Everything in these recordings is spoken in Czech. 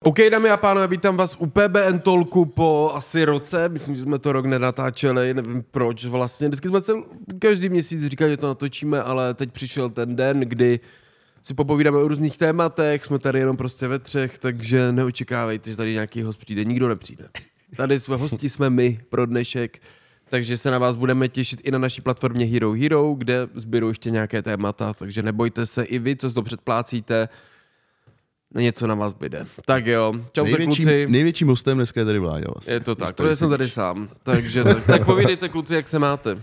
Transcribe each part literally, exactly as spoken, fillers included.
OK, dámy a pánové, vítám vás u P B N Talku po asi roce. Myslím, že jsme to rok nenatáčeli, nevím proč vlastně. Vždycky jsme se každý měsíc říkali, že to natočíme, ale teď přišel ten den, kdy si popovídáme o různých tématech, jsme tady jenom prostě ve třech, takže neočekávejte, že tady nějaký host přijde. Nikdo nepřijde. Tady své hosti jsme my pro dnešek, takže se na vás budeme těšit i na naší platformě Hero Hero, kde sběru ještě nějaké témata, takže nebojte se i vy, co to předplácíte, něco na vás byde. Tak jo, čau kluci. Největším hostem dneska je tady Vláďa vlastně. Je to tak, protože jsem tady sám. Takže tak, tak povídejte kluci, jak se máte.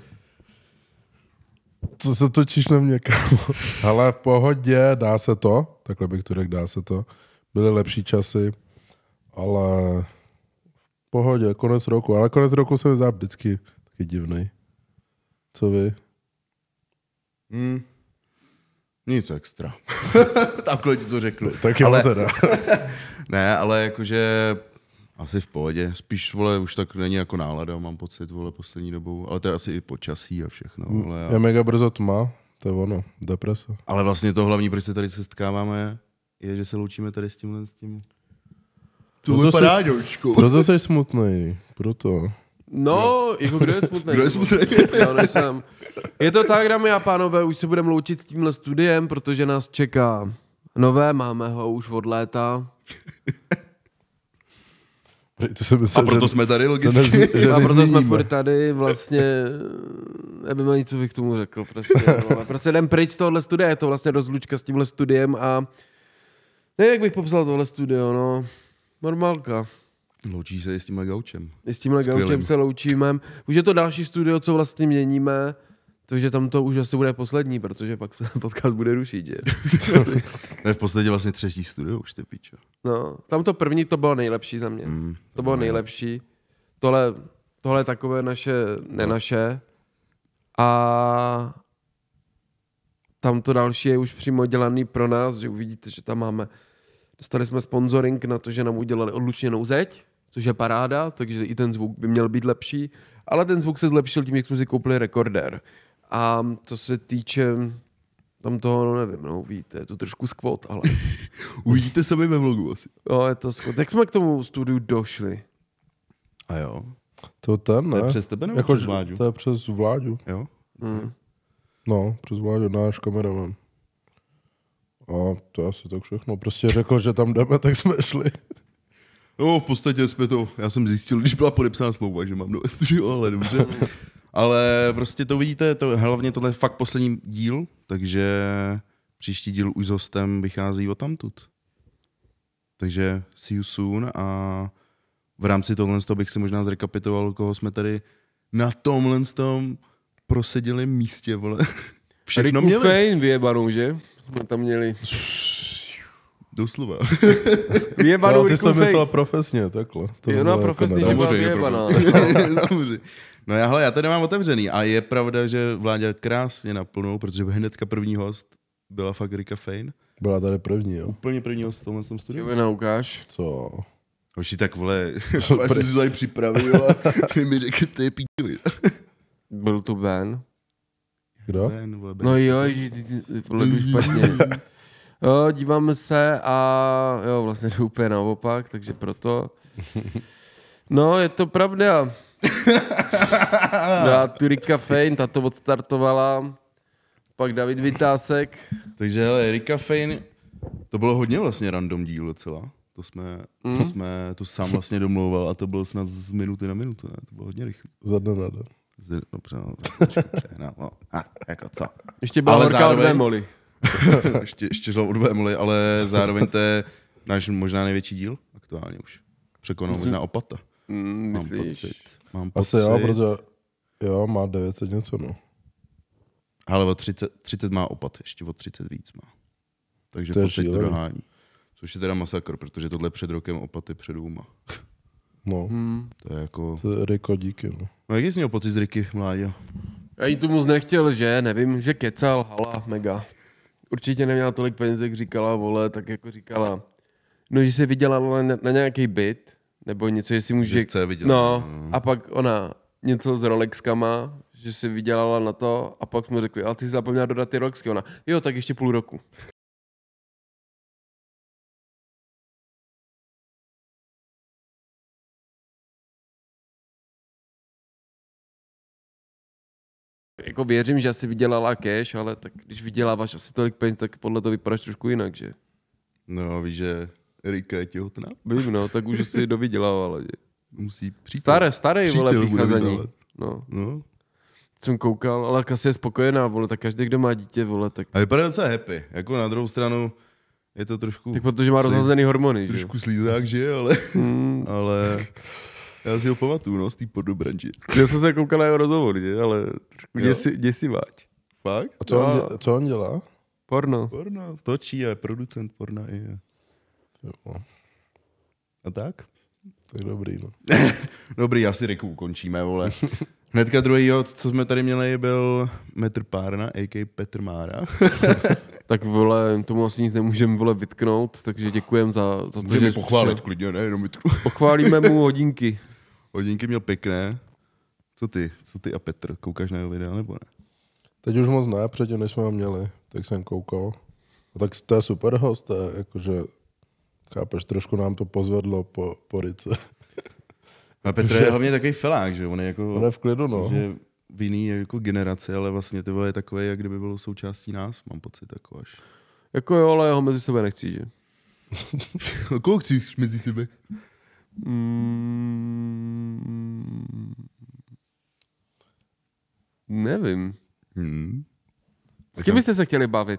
Co se točíš na mě, kámo? Hele, v pohodě, dá se to. Takhle bych to řekl, dá se to. Byly lepší časy, ale v pohodě, konec roku. Ale konec roku se mi zdá vždycky taky divný. Co vy? Hmm. Nic extra. Takhle ti to řeknu. Tak jo, ale, teda. Ne, ale jakože asi v pohodě. Spíš, vole, už tak není jako nálada, mám pocit, vole, poslední dobou. Ale to je asi i počasí a všechno. Ale já... Je mega brzo tma, to je ono, deprese. Ale vlastně to hlavní, proč se tady se setkáváme, je, že se loučíme tady s tímhle, s tím. To vypadá, Jočku. Proto jsi smutný, proto. No, jako kdo je smutný? Kdo je smutný? No, nejsem. Je to tak, dámy a pánové, už se budeme loučit s tímhle studiem, protože nás čeká nové, máme ho už od léta. To myslel, a proto že... jsme tady logicky. Že a proto jsme furt tady vlastně, nevím ani, co bych k tomu řekl. Prostě, no. prostě jdem pryč z tohohle studia, je to vlastně rozlučka s tímhle studiem a nevím, jak bych popsal tohle studio, no. Normálka. Loučí se i s tímhle gaučem. I s tímhle Skvělým. gaučem se loučíme. Už je to další studio, co vlastně měníme, takže tam to už asi bude poslední, protože pak se podcast bude rušit, že? To je v podstatě vlastně třetí studio, už ty pičo. No, tam to první to bylo nejlepší za mě. Mm, to bylo no, nejlepší. Tohle, tohle je takové naše, nenaše. A tam to další je už přímo dělaný pro nás, že uvidíte, že tam máme, dostali jsme sponsoring na to, že nám udělali odlučněnou zeď, což je paráda, takže i ten zvuk by měl být lepší, ale ten zvuk se zlepšil tím, jak jsme si koupili rekordér. A co se týče tam toho, no nevím, no uvidíte, je to trošku skvot, ale... Uvidíte sami ve vlogu asi. No, je to skvot. Jak jsme k tomu studiu došli? A jo. To ten, ne? To je přes tebe nebo jako, přes Vláďu? To je přes Vláďu. Jo? Hmm. No, přes Vláďu, náš kameraman. A to je asi tak všechno. Prostě řekl, že tam jdeme, tak jsme šli. No, v podstatě jsme to, já jsem zjistil, když byla podepsána smlouva, že mám nové studio, ale dobře. Ale prostě to vidíte, to, hlavně tohle je fakt poslední díl, takže příští díl už s hostem vychází odtamtud. Takže see you soon a v rámci tohle z toho bych si možná zrekapitoval, koho jsme tady na tomhle tom proseděli místě, vole. Všechno Riku měli. Fane vyjebanou, že? Jsme tam měli. Doslova. Vyjebanou no, ty Riku jsi myslel profesně, takhle. To jo, no, profesně, že byla vyjebaná. No já, hele, já tady mám otevřený a je pravda, že Vláďa krásně naplnou, protože hnedka první host byla fakt Rika Fane. Byla tady první, jo. Úplně první host v tomhle studiu. Čeho ukáž? Co? Hoši, tak vole, já jsem si to tady připravil a vy mi řekl, to je píčovi. Byl tu Ben. Kdo? Ben, vole, Ben. No jo, ty, ty, ty, ty špatně. Jo, díváme se a jo, vlastně jdu úplně naopak, takže proto. No, je to pravda. Já tu Rika Fane, ta to odstartovala, pak David Vytásek. Takže hele, Rika Fane, to bylo hodně vlastně random díl docela. To jsme, mm. to jsme to sám vlastně domlouval a to bylo snad z minuty na minutu, ne? To bylo hodně rychle. Za den na den. Z, dobře, no, no, no, a, jako co? Ještě byla horká zároveň... od Vémoly. ještě, ještě žal od Vémoly, ale zároveň to je náš možná největší díl aktuálně už. Překonal Myslím... možná Opata. Mm, myslíš? Mám pocit. Mám pocit. Asi jo, protože jo, má devět set něco, no. Ale o třicet, třicet má Opat, ještě o třicet víc má. Takže v podstatě to dohání. Což je teda masakr, protože tohle před rokem Opaty před dvouma. No. Hmm. To je jako... To je Riko, díky, no. No jak jsi měl pocit z Riky, Mláďa? Já jí tu moc nechtěl, že? Nevím, že kecal, hala, mega. Určitě neměla tolik peněz, jak říkala, vole, tak jako říkala. No, že se vydělala na, na nějaký byt, nebo něco, jestli může... Že chce vydělat. No, a pak ona něco s Rolexkama, že si vydělala na to a pak jsme řekli, ale ty jsi zapomněla dodat ty Rolexky. Ona, jo, tak ještě půl roku. Jako věřím, že asi vydělala cash, ale tak když vyděláváš asi tolik peněz, tak podle toho vypadáš trošku jinak, že? No, víš, že Erika je těhotná? Vím, no, tak už si dovydělával, že? Musí přijít. Staré, starý, vole, Přítel bude píchazaní. vydávat. No, No. jsem koukal, ale asi je spokojená, vole, tak každý, kdo má dítě, vole, tak... A vypadá docela happy. Jako na druhou stranu je to trošku... Tak protože má Slí- rozhazený hormony, že? Trošku slízák, že? Ale, Hmm. ale já si ho pamatuju, no, z té podobranži. Já jsem se koukal na jeho rozhovor, že? Ale trošku Jo. děsi, děsiváč. Fakt? A co, on, No. dělá, co on dělá? Porno. Porno. Točí a je producent porna i je. Jo, A tak? tak dobrý, no. Dobrý, asi Riku ukončíme, vole. Hnedka druhýho, co jsme tady měli, byl Metr Párna, a k a. Petr Mára. Tak vole, tomu asi nic nemůžeme vole vytknout, takže děkujem za, za to, Můžeme že mi jsi pochválit přišel. klidně, ne, jenom vytku. Pochválíme mu hodinky. Hodinky měl pěkné. Co ty? Co ty a Petr? Koukáš na jeho videa, nebo ne? Teď už moc ne, předtím než jsme ho měli, tak jsem koukal. A tak to je super host, to je jakože, chápeš, trošku nám to pozvedlo po, po rice. A Petr je hlavně takový felák, že on je jako... On je v klidu, no. že v jiný jako generaci, ale vlastně ty vole je takový, jak kdyby byl součástí nás, mám pocit jako až. Jako jo, ale ho mezi sebe nechci, že? Koho chceš mezi sebe? Mm, nevím. Hmm. S kým byste se chtěli bavit?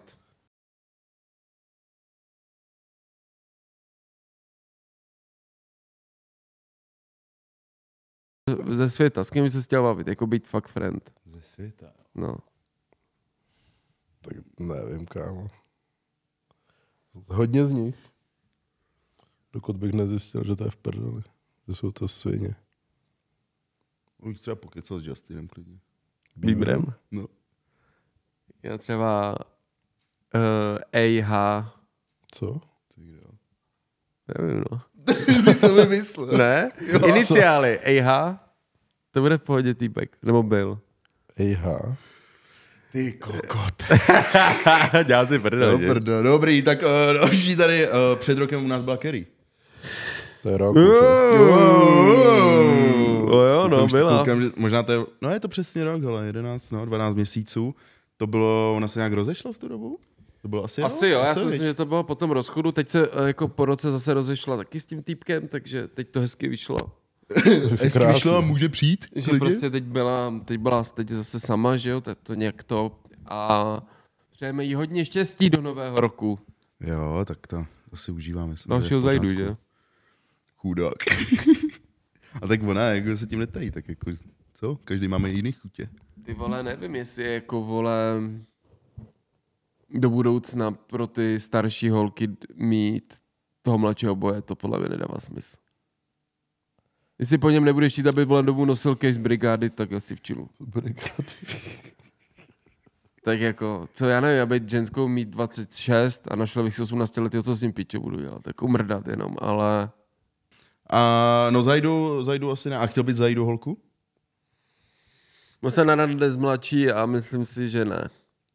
Ze světa, s kým byste se chtěl bavit? Jako být fakt friend. Ze světa. No. Tak nevím, kámo. Hodně z nich. Dokud bych nezjistil, že to je v prdeli. Že jsou to svině. Už třeba pokecal s Justinem klidně. Bíbrem? No. Já třeba uh, A H. Co? Co jde? Nevím, no. Jsi to vymyslel. Ne? Jo. Iniciály A H. To bude v pohodě týpek. Nebo byl. Ejha. Ty kokot. Dělá si prdel, No, že? prdo. Dobrý, tak uh, další tady uh, před rokem u nás byla Kerry. To je rok. už, jo. No jo, To no, už to byla. Koukám, že možná to je, no je to přesně rok, ale jedenáct, no, dvanáct měsíců. To bylo, ona se nějak rozešla v tu dobu? To bylo asi Asi jo, já si viď? myslím, že to bylo po tom rozchodu. Teď se eh, jako po roce zase rozešla taky s tím týpkem, takže teď to hezky vyšlo. Jestli Krásný. vyšla, může přijít? Že klidně? prostě teď byla, teď byla teď zase sama, že jo, tak to nějak to. A přejeme jí hodně štěstí do nového roku. Jo, tak to, to si užíváme. myslím, že Dalšího je v zajdu, pořádku. že jo. Chudák. A tak ona, jako se tím netají, tak jako, co? Každý máme jiný chutě. Ty vole, nevím, jestli je jako vole do budoucna pro ty starší holky mít toho mladšího boje, to podle mě nedává smysl. Jestli po něm nebudeš chtít, aby vole dobu nosil case brigády, tak asi v čilu. Tak jako, co já nevím, já být ženskou mít dvacet šest a našel bych si osmnáct letého, co s ním piče budu dělat, tak umrdat jenom, ale A no zajdu, zajdu asi ne. A chtěl bys zajdu holku? no se na rande z mladší a myslím si, že ne.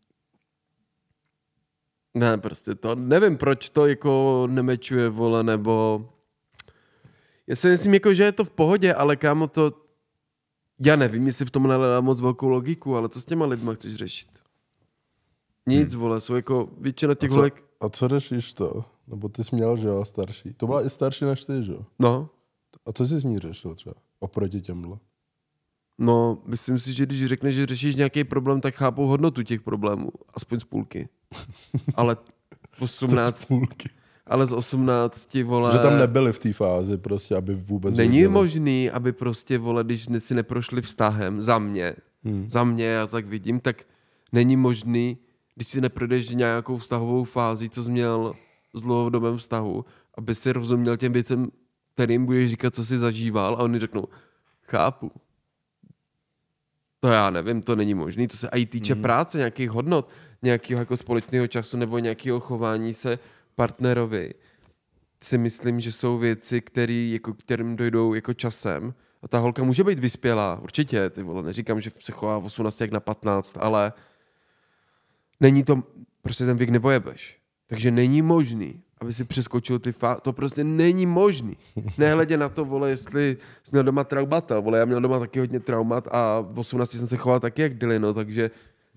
Ne, prostě to, nevím, proč to jako nemečuje, vole, nebo... Já si myslím, jako, že je to v pohodě, ale kámo to... Já nevím, jestli v tom nehledám moc velkou logiku, ale co s těma lidma chceš řešit? Nic, hmm. vole, jsou jako většina těch A co, holek... a co řešíš to? Nebo ty jsi měl, že jo, starší. To byla i starší než ty, že jo? No, A co jsi z ní řešil třeba? Oproti těmhle? no, myslím si, že když řekneš, že řešíš nějaký problém, tak chápou hodnotu těch problémů. Aspoň z půlky. Ale osmnáct... Půlky. Ale z osmnácti, vole... Že tam nebyli v té fázi prostě, aby vůbec... Není věděli. možný, aby prostě, vole, když si neprošli vztahem, za mě, hmm. za mě, já to tak vidím, tak není možný, když si neprojdeš nějakou vztahovou fázi, co jsi měl s dlouhodobém vztahu, aby si rozuměl těm věcem, kterým budeš říkat, co jsi zažíval, a oni řeknou, chápu. To já nevím, to není možný. To se i týče mm. práce, nějakých hodnot, nějakého jako společného času nebo nějakého chování se partnerovi. Si myslím, že jsou věci, který, jako, kterým dojdou jako časem. A ta holka může být vyspělá, určitě, ty vole, neříkám, že se chová v osmnácti jak na patnáct, ale není to, prostě ten věk nepojebeš. Takže není možný, aby si přeskočil ty fá... To prostě není možný. Nehledě na to, vole, jestli jsi měl doma traumata. Vole, já měl doma taky hodně traumat a v osmnácti jsem se choval taky jak Dylino, takže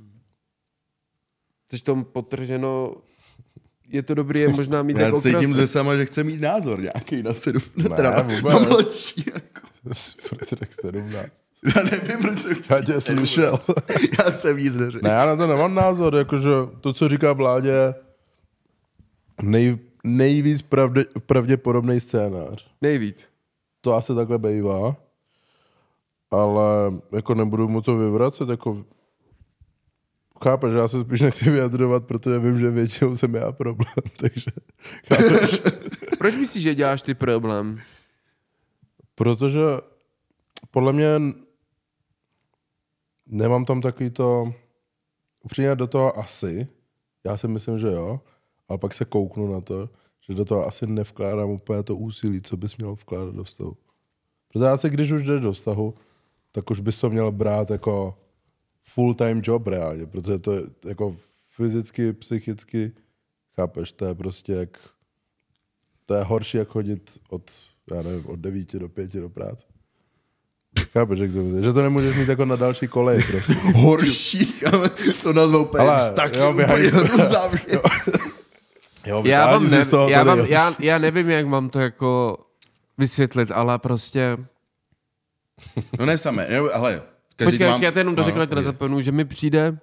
teď tom potrženo je to dobrý, je možná mít Já jako cítím okrasu. ze sama, že chce mít názor nějaký na sedm. Ne, teda na, vůbec. na mladší. Jako. Tak sedmnáct. Já nevím, proč jsem Já tě slyšel. Já jsem nic neřekl. Ne, já na to nemám názor, jakože to, co říká vládě, nej, nejvíc pravdě, pravděpodobný scénář. Nejvíc. To asi takhle bývá, ale jako nebudu mu to vyvracet, jako chápeš, že já se spíš nechci vyjadrovat, protože vím, že většinou jsem já problém, takže chápeš? Proč myslíš, že děláš ty problém? Protože podle mě nemám tam takový to, upřímně do toho asi, já si myslím, že jo, ale pak se kouknu na to, že do toho asi nevkládám úplně to úsilí, co bys měl vkládat do vztahu. Protože já si, když už jdeš do vztahu, tak už bys to měl brát jako full-time job reálně, protože to je jako fyzicky, psychicky, chápeš, to je prostě jak, to je horší, jak chodit od, já nevím, od devíti do pěti do práce. Chápeš, jak to myslíš? Že to nemůžeš mít jako na další kolej, prostě. Horší, ale to nazval úplně Ale, vztah, jo, úplně běhají- hrozná věc. Jo, Já, vám vytáhni si ne, z toho já, tady, vám, jo. já, já nevím, jak mám to jako vysvětlit, ale prostě... No ne samé, ne, ale... každý Počkej, mám- já to jenom dořeknu, No, ať to nezapomenu, že mi přijde,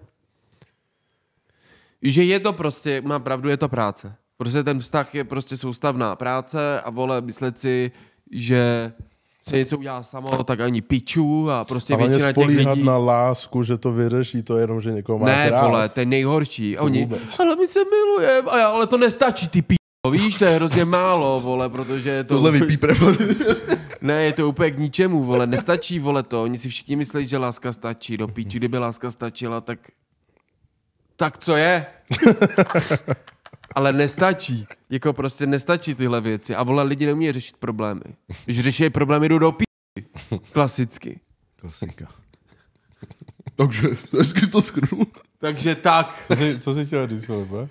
že je to prostě, má pravdu, je to práce. Prostě ten vztah je prostě soustavná práce a vole, myslet si, že se něco udělá samo, tak ani piču a prostě Ale většina těch spolíhat lidí... na lásku, že to vyřeší, to jenom, že někoho máš Ne, rád. vole, to je nejhorší. A oni, vůbec. ale my se milujeme, a já, ale to nestačí, ty p***, víš, to je hrozně málo, vole, protože je to... Tohle vypípne. Ne, je to úplně k ničemu, vole, nestačí, vole, to. Oni si všichni myslí, že láska stačí. Do píči, kdyby láska stačila, tak... Tak co je? Ale nestačí. Jako prostě nestačí tyhle věci. A vole, lidi neumí řešit problémy. Když řeší problémy, jdou do píči. Klasicky. Klasika. Takže, hezky to skrnu. Takže tak. Co jsi, co jsi chtěl říct, Filipe?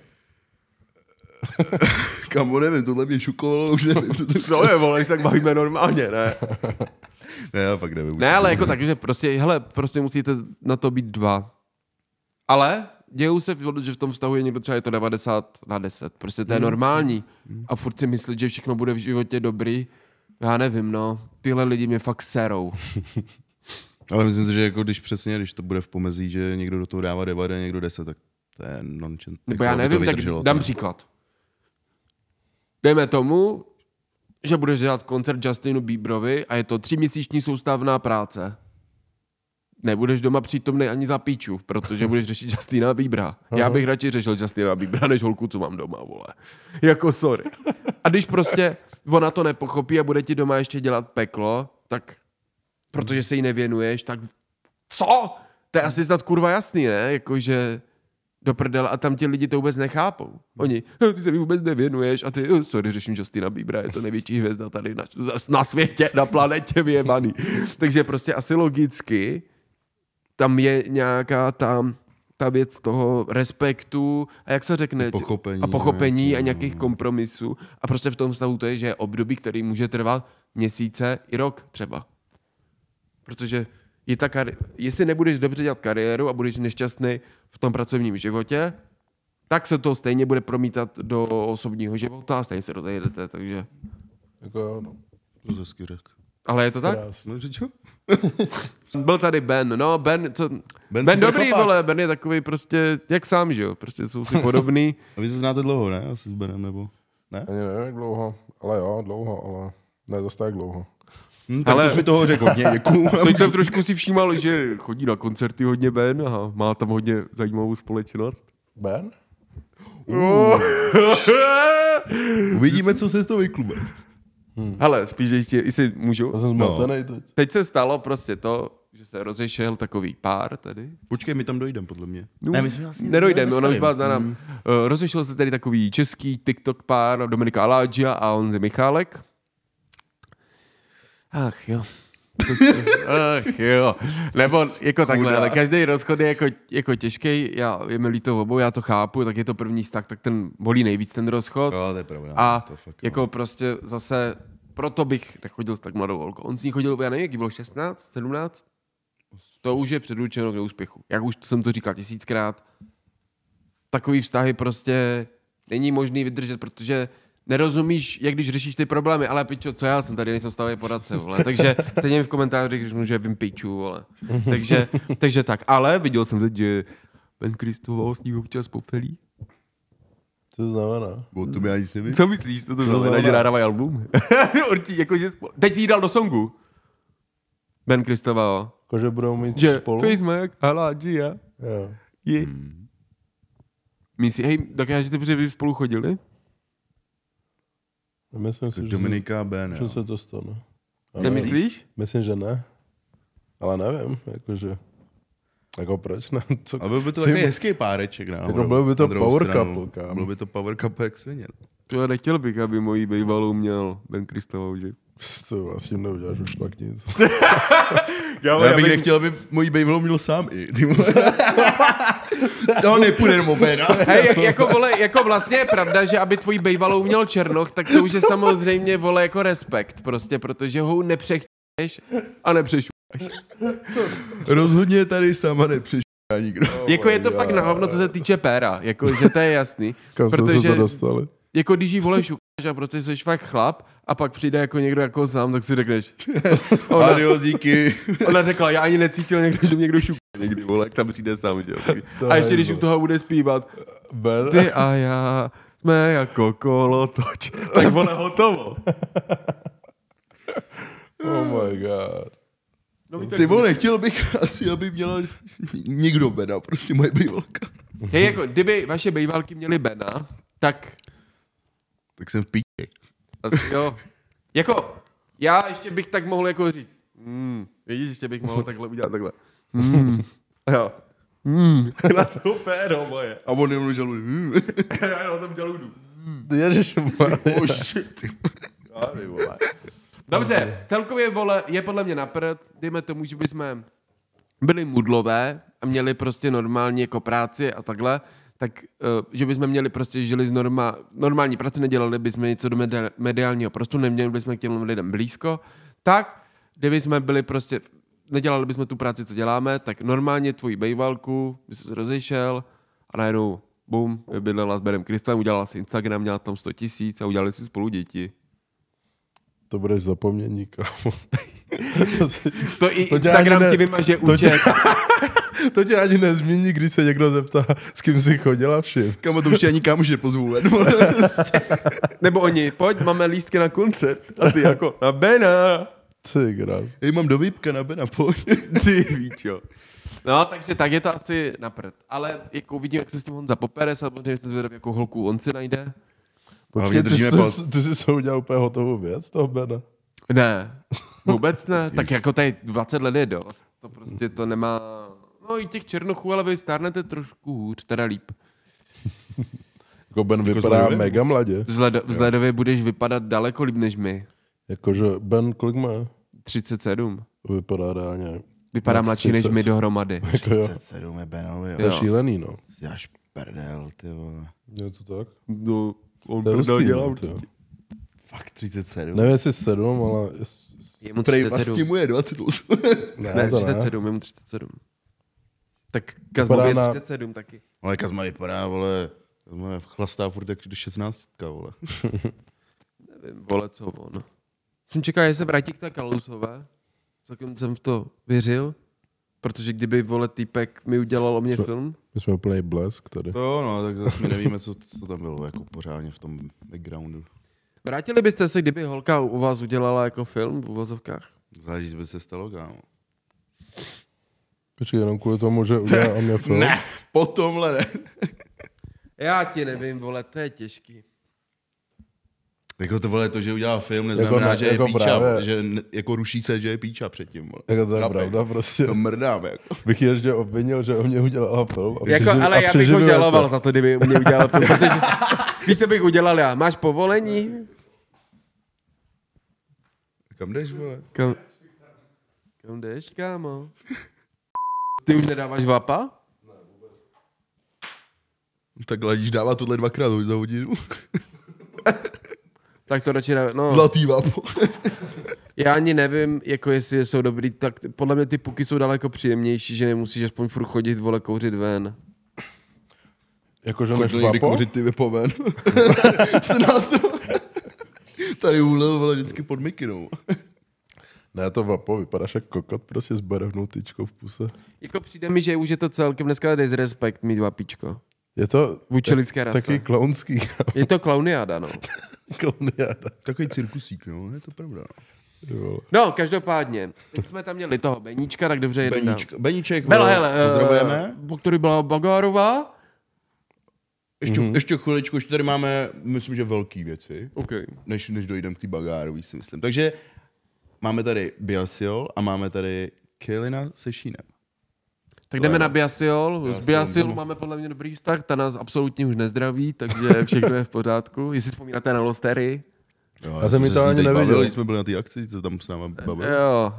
Kamo, nevím, tohle mě šukovalo, už nevím, co to Co je, vole, tak bavíme normálně, ne? Ne, já fakt nevím. Ne, ale jako tak, že prostě, hele, prostě musíte na to být dva. Ale dějou se, že v tom vztahu je někdo třeba je to devadesát na deset. Prostě to je normální. A furt si myslet, že všechno bude v životě dobrý. Já nevím, no. Tyhle lidi mě fakt serou. Ale myslím si, že jako když přesně, když to bude v pomezí, že někdo do toho dává devadesát, někdo deset, tak to je nonsense. Nebo Jako, já aby to nevím, tak vydrželo, dám to. příklad. Dejme tomu, že budeš dělat koncert Justinu Bieberovi a je to tříměsíční soustavná práce. Nebudeš doma přítomnej ani za píču, protože budeš řešit Justina Biebera. Já bych radši řešil Justina Biebera, než holku, co mám doma, vole. Jako sorry. A když prostě ona to nepochopí a bude ti doma ještě dělat peklo, tak protože se jí nevěnuješ, tak co? To je asi snad kurva jasný, ne? Jakože do prdele a tam ti lidi to vůbec nechápou. Oni, ty se mi vůbec nevěnuješ a ty, oh, sorry, řeším Justina Biebera, je to největší hvězda tady na, na světě, na planetě vyjebaný. Takže prostě asi logicky tam je nějaká ta, ta věc toho respektu a jak se řekne? Pochopení. A pochopení nějaký, a nějakých kompromisů. A prostě v tom vztahu to je, že je období, který může trvat měsíce i rok třeba. Protože je ta kari- jestli nebudeš dobře dělat kariéru a budeš nešťastný v tom pracovním životě, tak se to stejně bude promítat do osobního života a stejně se do toho jedete, takže... Jako jo, no. To hezky řekl. Ale je to tak? Krásně. No, že čo? Byl tady Ben, no Ben, co... Ben, Ben ben super dobrý, chlapák. vole, Ben je takový prostě, jak sám, že jo, prostě jsou si podobný. A vy se znáte dlouho, ne? Asi s Benem, nebo? Ne? Ani nevím, jak dlouho, ale jo, dlouho, ale ne zase tak dlouho. Hm, tak Ale- ale... už mi toho řekl hodně, děkuju. Teď jsem trošku si všímal, že chodí na koncerty hodně Ben a má tam hodně zajímavou společnost. Ben? Uvidíme, co se z toho vyklube. Hele, spíš ještě, jestli můžu. Já jsem No. zmatenej teď. Teď se stalo prostě to, že se rozešel takový pár tady. Počkej, my tam dojdeme, podle mě. No, Ne, my jsme vlastně nedojdeme, ona už nestavili. byla znaná. Mm. Uh, rozešel se tady takový český TikTok pár Dominika Alágia a Honzi Michálek. Ach jo. Ach jo. Nebo jako takhle, ale každý rozchod je jako, jako těžký, já, je mi líto obou, já to chápu, tak je to první vztah, tak ten bolí nejvíc ten rozchod. Jo, to je pravda. A to fakt, jako prostě zase, proto bych nechodil s tak mladou holkou. On s ní chodil, já nevím, jaký bylo šestnáct, sedmnáct? To už je předurčeno k neúspěchu. Jak už jsem to říkal tisíckrát. Takový vztahy prostě není možný vydržet, protože nerozumíš, jak když řešíš ty problémy, ale pičo, co já jsem tady, nejsem stavový poradce, vole. Takže stejně mi v komentářích řeknu, že vím piču, vole. Takže, takže tak. Ale viděl jsem teď, že Ben Kristoval s ní občas popelí. Co to znamená? O tom já nic nevím. Co myslíš, co to znamená, znamená? že nahrávají album? Určitě, jakože spolu. Teď jí dal do songu. Ben Kristoval. Jakože budou mít Že spolu? Facemac, hala, Gia. Jo. Je. Myslí, hej, dokážete, protože by spolu chodili? Myslím si, že, Dominika Ben, že jo. se to stane. Ale Nemyslíš? Myslím, že ne. Ale nevím, jakože... Jako proč ne? Co, A byl by to co takový jim- hezký páreček, ne? Jako byl by to Na druhou power stranu. couple, kámo. Byl by to power couple jak svině. To já nechtěl bych, aby mojí bývalou měl Ben Kristoval, že? To vlastně neuděláš už pak nic. Já, Já bych nechtěl, aby mojí bývalou měl sám i. Ty vole. To nepůjde do Bena. Hej, jak, jako, vole, jako vlastně je pravda, že aby tvojí bývalou měl černoch, tak to už je samozřejmě, vole, jako respekt, prostě, protože ho nepřechtěš a nepřešuš. Rozhodně tady sama nepřišel nikdo. Jako je to fakt na hovno, co se týče péra, jako, že to je jasný. Kam jsme se Protože, to dostali? jako když jí vole šukáš a prostě jsi fakt chlap a pak přijde jako někdo jako sám, tak si řekneš. Ona, Adios, díky. ona řekla, já ani necítil někdo, že mě někdo šuká někdy, vole, jak tam přijde sám, že jo. To A ještě je když u toho bude zpívat, Ben? ty a já jsme jako kolotoč, tak vole hotovo. Oh my god. No, Ty vole, nechtěl bych asi, aby měla někdo Bena, prostě moje bývalka. hej, jako, kdyby vaše bývalky měly Bena, tak Tak jsem v píči. asi jo. Jako, já ještě bych tak mohl jako říct. Mm, vidíš, ještě bych mohl takhle udělat takhle. Mm, jo. Mm, na to péro moje. A on jenom žaluje. Hmm. Já na tom žaludu. Ježišmarja. Oh shit. Dobře, celkově, vole, je podle mě na prd. Dejme tomu, že bychom byli mudlové a měli prostě normální jako práci a takhle, tak, uh, že bychom měli prostě žili z norma, normální práce, nedělali bychom něco do medi- mediálního prostoru, neměli bychom k těm lidem blízko, tak kdyby jsme byli prostě, nedělali bychom tu práci, co děláme, tak normálně tvoji bejvalku by se rozešel a najednou bum, vybydlela s Benem Kristem, udělala si Instagram, měla tam sto tisíc a udělali si spolu děti. To budeš zapomnění, kámo. To i To tě Instagram ani ne- ti vymaže to tě- účet. To tě ani nezmění, když se někdo zeptá, s kým jsi chodila všim. Kamo, to už tě ani kámoš nepozvou ven. Nebo oni, pojď, máme lístky na koncert. A ty jako, na Bena. Ty krás. Hej, mám do výpka na Bena, pojď. Ty víčo. No, takže tak je to asi na prd. Ale jako uvidím, jak se s tím Honza popere, samozřejmě se zvědav, jakou holku on si najde. Počkej, ty, držíme jsi, palce. ty jsi se udělal úplně hotovou věc, toho Bena. Ne, vůbec ne. Tak jako tady dvacet let je dost. To prostě to nemá... No i těch černochů, ale vy stárnete trošku hůř, teda líp. Jako Ben Jako vypadá zdravě? mega mladě. Vzhled, vzhledově budeš vypadat daleko líp než my. Jakože Ben, kolik má? třicet sedm. Vypadá reálně. Vypadá Max mladší než třicet. my dohromady. Jako jo. třicet sedm je Benovi, To je Jo. šílený, no. Jsi až prdel, ty vole. Je to tak? No, on To je prdel hustý, dělá no, určitě. to. Fakt třicet sedm. Nevím, jestli sedm, ale... Jest... Je mu Prej třicet vlastně sedm. mu je dvacet osm. Ne, Ne, to třicet ne. sedm, je mu třicet sedm. Tak Kazmovi je Vypadá na- třicet sedm taky. Ale Kazma vypadá, vole, Kazma je chlastá furt jak do šestnáctka, vole. Nevím, vole, co on. Jsem čekal, že se vrátí k té Kalousové. Celkem jsem v to věřil. Protože kdyby, vole, týpek mi udělal o mě Co? film. My jsme úplný blesk tady. To jo, no, tak zase my nevíme, co, co tam bylo, jako pořádně v tom backgroundu. Vrátili byste se, kdyby holka u vás udělala jako film v uvozovkách? Záleží, co by se stalo, kámo. Počkej, jenom kvůli tomu, že udělal o mě film. Ne, po tomhle ne. Já ti nevím, vole, to je těžký. Jako to, vole, to, že udělal film, neznamená, ne- že je jako píča, právě- že ne, jako ruší se, že je píča předtím, vole. Jako to je Chápej? pravda, prostě. To mrdáme, jako. Bych ji ještě obvinil, že o mě udělala film. A Jako, přeživ- ale a já bych ho přeživil žaloval se. za to, kdyby mě udělal film, protože víš, co bych udělal já? Máš povolení? Kam jdeš, vole? Kam? Kam jdeš, kámo? Ty už nedáváš vapa? Tak ladíš dává tohle dvakrát za hodinu. Tak to radši dává, no. Zlatý vapo. Já ani nevím, jako jestli jsou dobrý, tak podle mě ty puky jsou daleko příjemnější, že nemusíš aspoň furt chodit, vole, kouřit ven. Jakože než Chodil někdy vapo? kouřit ty vypo ven. Se na to. Tady hulil, vole, vždycky pod mikinou. Ne, to vapo, vypadáš jak kokot, prostě s barevnou tyčkou v puse. Jako přijde mi, že už je to celkem dneska disrespekt mít vapičko. Je to Vůči lidské rase. taky klaunský. Je to klauniáda, no. Klauniáda. Takový cirkusík, no, je to pravda. No, každopádně, teď jsme tam měli toho Beníčka, tak dobře jeden dám. Beníček, Beníček, Byla, vole, hele, pozdravujeme. po který byla Bagárová. Ještě, Mhm. ještě chviličku, ještě tady máme, myslím, že velký věci, Okay. než, než dojdeme k té Bagárové, si myslím. Takže máme tady Biasiol a máme tady Kelina se Sheenem. Tak jdeme na Biasiol. Z Biasiol, Biasiolu jdeme. máme podle mě dobrý vztah, ta nás absolutně už nezdraví, takže všechno je v pořádku. Jestli vzpomínáte na Lostery. Jo, Já jsem ji se to s ní ani teď neviděl. bavili, jsme byli na té akci, co tam s náma bavili. Jo.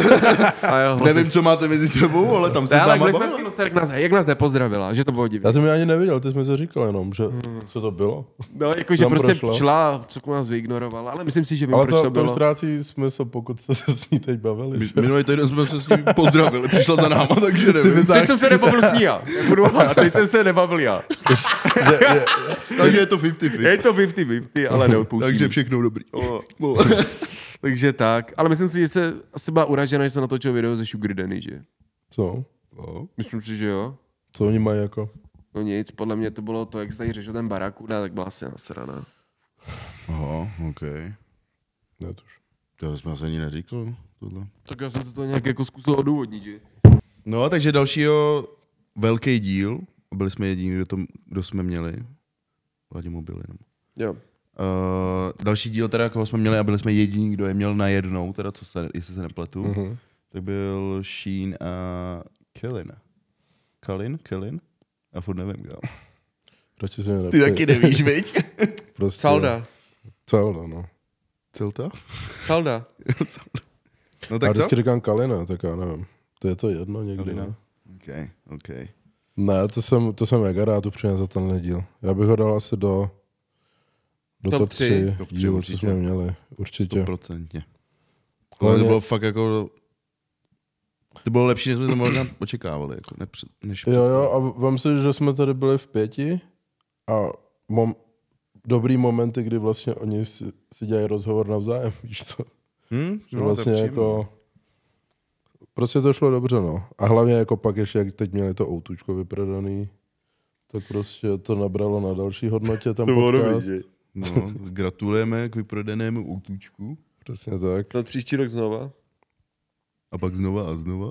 A jo, Nevím, co máte mezi sebou, ale tam se Ne, s ale náma byli jsme v té bavili. Losterek, nás, jak nás nepozdravila, že to bylo divné. Já jsem ji ani neviděl, ty jsi mi to říkal jenom, že co to bylo. No, jakože Tam prostě prošlo. šla, co nás vyignorovala, ale myslím si, že vím, Ale proč to, to to už bylo. ztrácí smysl, pokud jste se s ní teď bavili. že? Minulý týden jsme se s ní pozdravili, přišla za náma, takže Si nevím. vytáhl- Teď jsem se nebavil s ní já. Jak budu a teď jsem se nebavil já. Je- je- Takže je to padesát na Je padesát. to padesát na padesát, ale neodpouštím. Takže všechno dobrý. O, No. takže tak. Ale myslím si, že se asi byla uražena, že se natočil video ze Sugar Danny, že? Co? No. Myslím si, že jo. Co oni mají jako? No nic, podle mě to bylo to, jak se tady řešil ten Barakuda, tak byla asi nasraná. Aha, OK. Ne, to už. To jsme se ani neříkal, tohle. Tak já jsem se to nějak jako zkusil odůvodnit, že? No, takže dalšího velký díl. Byli jsme jediní, kdo, to, kdo jsme měli. Vladimír byl jenom. Jo. Uh, další díl, teda, koho jsme měli a byli jsme jediní, kdo je měl najednou, teda, co se, jestli se nepletu, Mhm. tak byl Sheen a Kellin. Kellin? Kellin? Já furt nevím, kámo. Radši si mě Ty neptej. taky nevíš, viď? Prostě, Salda. Celda, no. Celta? Salda. No Já tak co? vždycky říkám Kalina, tak já nevím. To je to jedno někdy, Kalina. ne? OK, OK. Ne, to jsem, to jsem mega rád upřímně za tenhle díl. Já bych ho dal asi do, do Top top tři. tři Top tři dílů, co určitě. jsme měli. Určitě. Stoprocentně. Ale Hlavně- to bylo fakt jako... To bylo lepší, než jsme to možná očekávali. Jako nepř... než Jo, jo, a vem si, že jsme tady byli v pěti a mom, dobrý momenty, kdy vlastně oni si, si dělají rozhovor navzájem, víš co? Hm? Že No, vlastně tak jako... Prostě to šlo dobře, no. A hlavně jako pak ještě, jak teď měli to outučko vyprodaný, tak prostě to nabralo na další hodnotě ten podcast. No, gratulujeme k vyprodanému útůčku. Přesně tak. Snad příští rok znova. A pak znova a znova.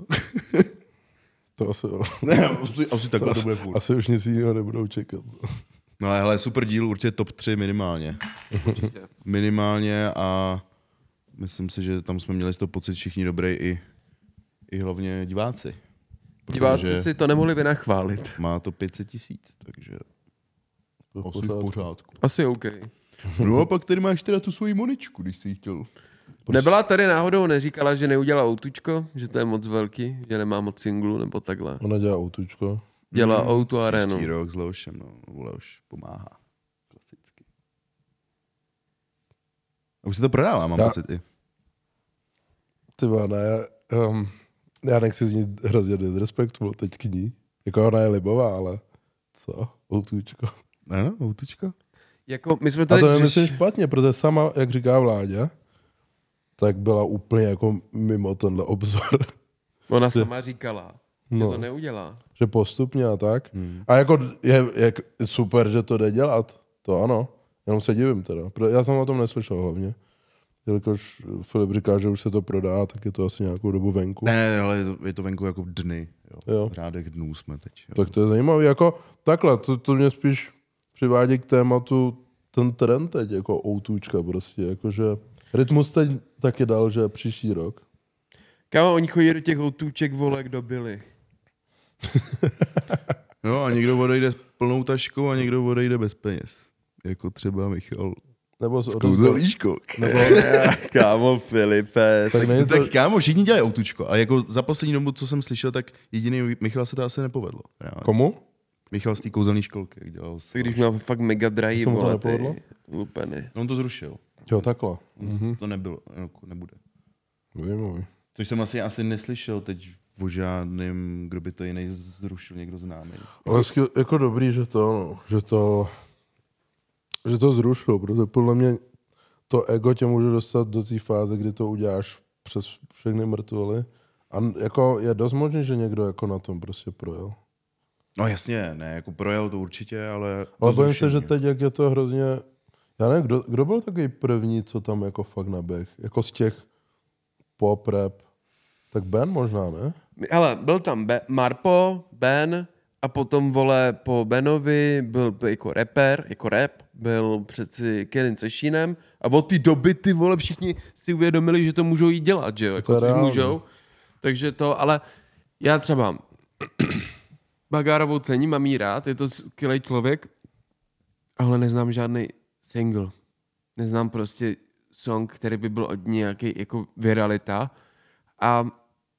To asi, jo. Ne, asi, asi takhle to bude furt. asi už nic jiného nebudou čekat. No ale hele, super díl, určitě top tři minimálně. Určitě. Minimálně a myslím si, že tam jsme měli z toho pocit všichni dobrý i, i hlavně diváci. Diváci Protože si to nemohli vynachválit. má to pět set tisíc, takže To v asi v pořádku. pořádku. Asi OK. No a pak tady máš teda tu svoji moničku, když jsi ji chtěl. Nebyla tady náhodou, neříkala, že neudělala outučko, že to je moc velký, že nemá moc singlu nebo takhle. Ona dělá outučko. Dělá Hmm, Outu Arenu. Příští rok s Leošem, no. Leoš pomáhá. Klasicky. A už se to prodává, mám Já- pocit i. Ty ne, já, um, já nechci znít hrozně disrespektu teď k ní. Jako ona je libová, ale co? Outučko. Ano, autička. Jako, my jsme A tady to nemyslím řeš... špatně, protože sama, jak říká Vláďa, tak byla úplně jako mimo tenhle obzor. Ona sama říkala, že No. to neudělá. Že postupně a tak. Hmm. A jako je, je super, že to jde dělat. To ano. Jenom se divím teda. Protože já jsem o tom neslyšel hlavně. Jelikož Filip říká, že už se to prodá, tak je to asi nějakou dobu venku. Ne, ne, ale je to, je to venku jako dny. Jo. Jo. V řádech dnů jsme teď. Jo. Tak to je zajímavé. Jako takhle, to, to mě spíš přivádí k tématu ten trend teď, jako outučka prostě. Jakože Rytmus teď taky dal, že příští rok. Kámo, oni chodí do těch outůček, vole, kdo byli. No a někdo odejde s plnou taškou a někdo odejde bez peněz. Jako třeba Michal Nebo z Kouzelný školk. Nebo, Kámo Filipe. tak není No, to, tak kámo, všichni dělají autůčko. A jako za poslední dobu, co jsem slyšel, tak jediný Michal se to asi nepovedlo. Reálně. komu? Michal z té kouzelné školky, jak dělal. Tak když měl fakt mega drahý, To se mu to vole, ty. nepovedlo? Úplně. No, on to zrušil. Jo, takhle. Mm-hmm. To nebylo, jako nebude. Zajímavý. Což jsem asi, asi neslyšel teď o žádným, kdo by to jiný zrušil, někdo známý. Ale sky- jako dobrý, že to, no, že to, že to zrušil, protože podle mě to ego tě může dostat do té fáze, kdy to uděláš přes všechny mrtvoly. A jako je dost možný, že někdo jako na tom prostě projel. No jasně, ne, jako projel to určitě, ale... Ale to bojím se, zrušení. že teď, jak je to hrozně... Já nevím, kdo, kdo byl takový první, co tam jako fakt naběh? Jako z těch pop, rap. Tak Ben možná, ne? Hele, byl tam Be- Marpo, Ben a potom, vole, po Benovi byl jako rapper, jako rap, byl přeci Kevin se Sheenem a od té doby ty, vole, všichni si uvědomili, že to můžou jít dělat, že jo, jako To je což reálný. můžou. Takže to, ale já třeba Bagárovou cením, mám jí rád, je to skvělý člověk, ale neznám žádný single. Neznám prostě song, který by byl od nějaký jako viralita. A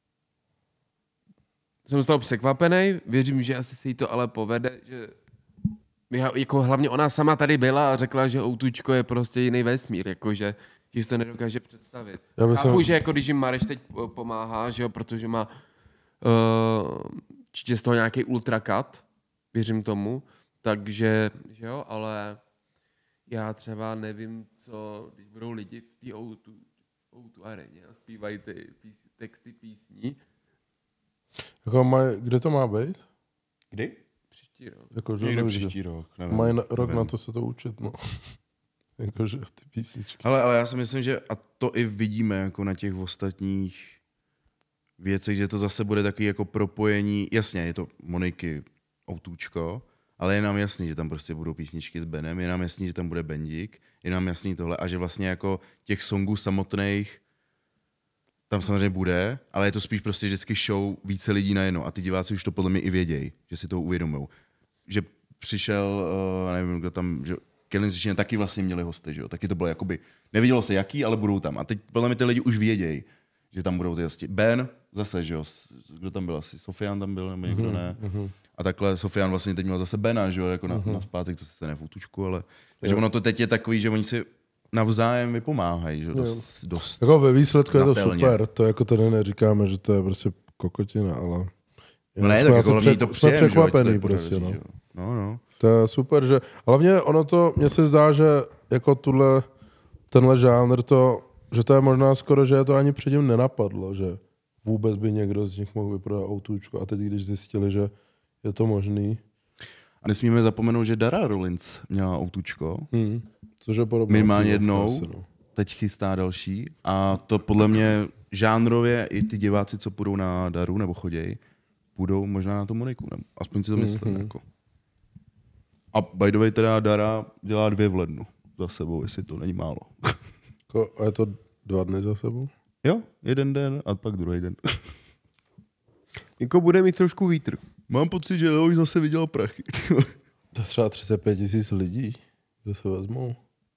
jsem z toho překvapený, věřím, že asi se jí to ale povede, že já, jako hlavně ona sama tady byla a řekla, že Outučko je prostě jiný vesmír, jakože že si to nedokáže představit. Já bych Chápu, jsem- že jako když jim Mareš teď po- pomáhá, že jo, protože má uh, určitě z toho nějaký ultrakat, věřím tomu, takže, že jo, ale já třeba nevím, co, když budou lidi v té O dva, O dva areně a zpívají ty pís, texty písní, Jako maj, kde to má být? Kdy? příští rok. Jako, že Někdo nevíš, příští rok. Nevím, Mají na, rok nevím. na to se to učit, no. Jakože ty písničky. Ale, ale já si myslím, že a to i vidíme jako na těch ostatních věcech, že to zase bude takový jako propojení, jasně, je to Moniky Outůčko, ale je nám jasný, že tam prostě budou písničky s Benem, je nám jasný, že tam bude Bendík, je nám jasný tohle a že vlastně jako těch songů samotných tam samozřejmě bude, ale je to spíš prostě vždycky show více lidí najednou a ty diváci už to podle mě i vědějí, že si to uvědomují. Že přišel, uh, nevím, kdo tam, že Kellen Zichin taky vlastně měli hosty, že jo, taky to bylo jakoby, nevidělo se jaký, ale budou tam. A teď podle mě ty lidi už vědějí, že tam budou ty hosti. Ben zase, že jo, kdo tam byl asi, Sofian tam byl, nebo někdo ne. A takhle Sofian vlastně teď měl zase Bena, že jo, jako na, na zpátek, to se ne v útučku, ale... Takže ono to teď je takový, že oni si navzájem vypomáhají, že jo, dost, dost. Jako ve výsledku je to Znatelně. super, to jako tady neříkáme, že to je prostě kokotina, ale... No ne, tak jsme jako asi hlavně přek- to jsme přijem, že jo, ať se to překvapený podaří, prostě, no. že jo. No, no. To je super, že... Hlavně ono to, mně se zdá, že jako tuhle, tenhle žánr to, že to je možná skoro, že je to ani předtím nenapadlo, že vůbec by někdo z nich mohl vyprodat autůčko a teď, když zjistili, že je to možný, A nesmíme zapomenout, že Dara Rollins měla autučko, hmm. což je podobné. minimálně jednou, teď chystá další a to podle mě žánrově i ty diváci, co půjdou na Daru nebo choděj, půjdou možná na tu Moniku, nebo aspoň si to myslím. Mm-hmm. Jako. A by the way teda Dara dělá dvě v lednu za sebou, jestli to není málo. Jako, a je to dva dny za sebou? Jo, jeden den a pak druhý den. Jako bude mít trošku vítr. Mám pocit, že Leo už zase viděl prachy. To je třeba třicet pět tisíc lidí, že se vezmou.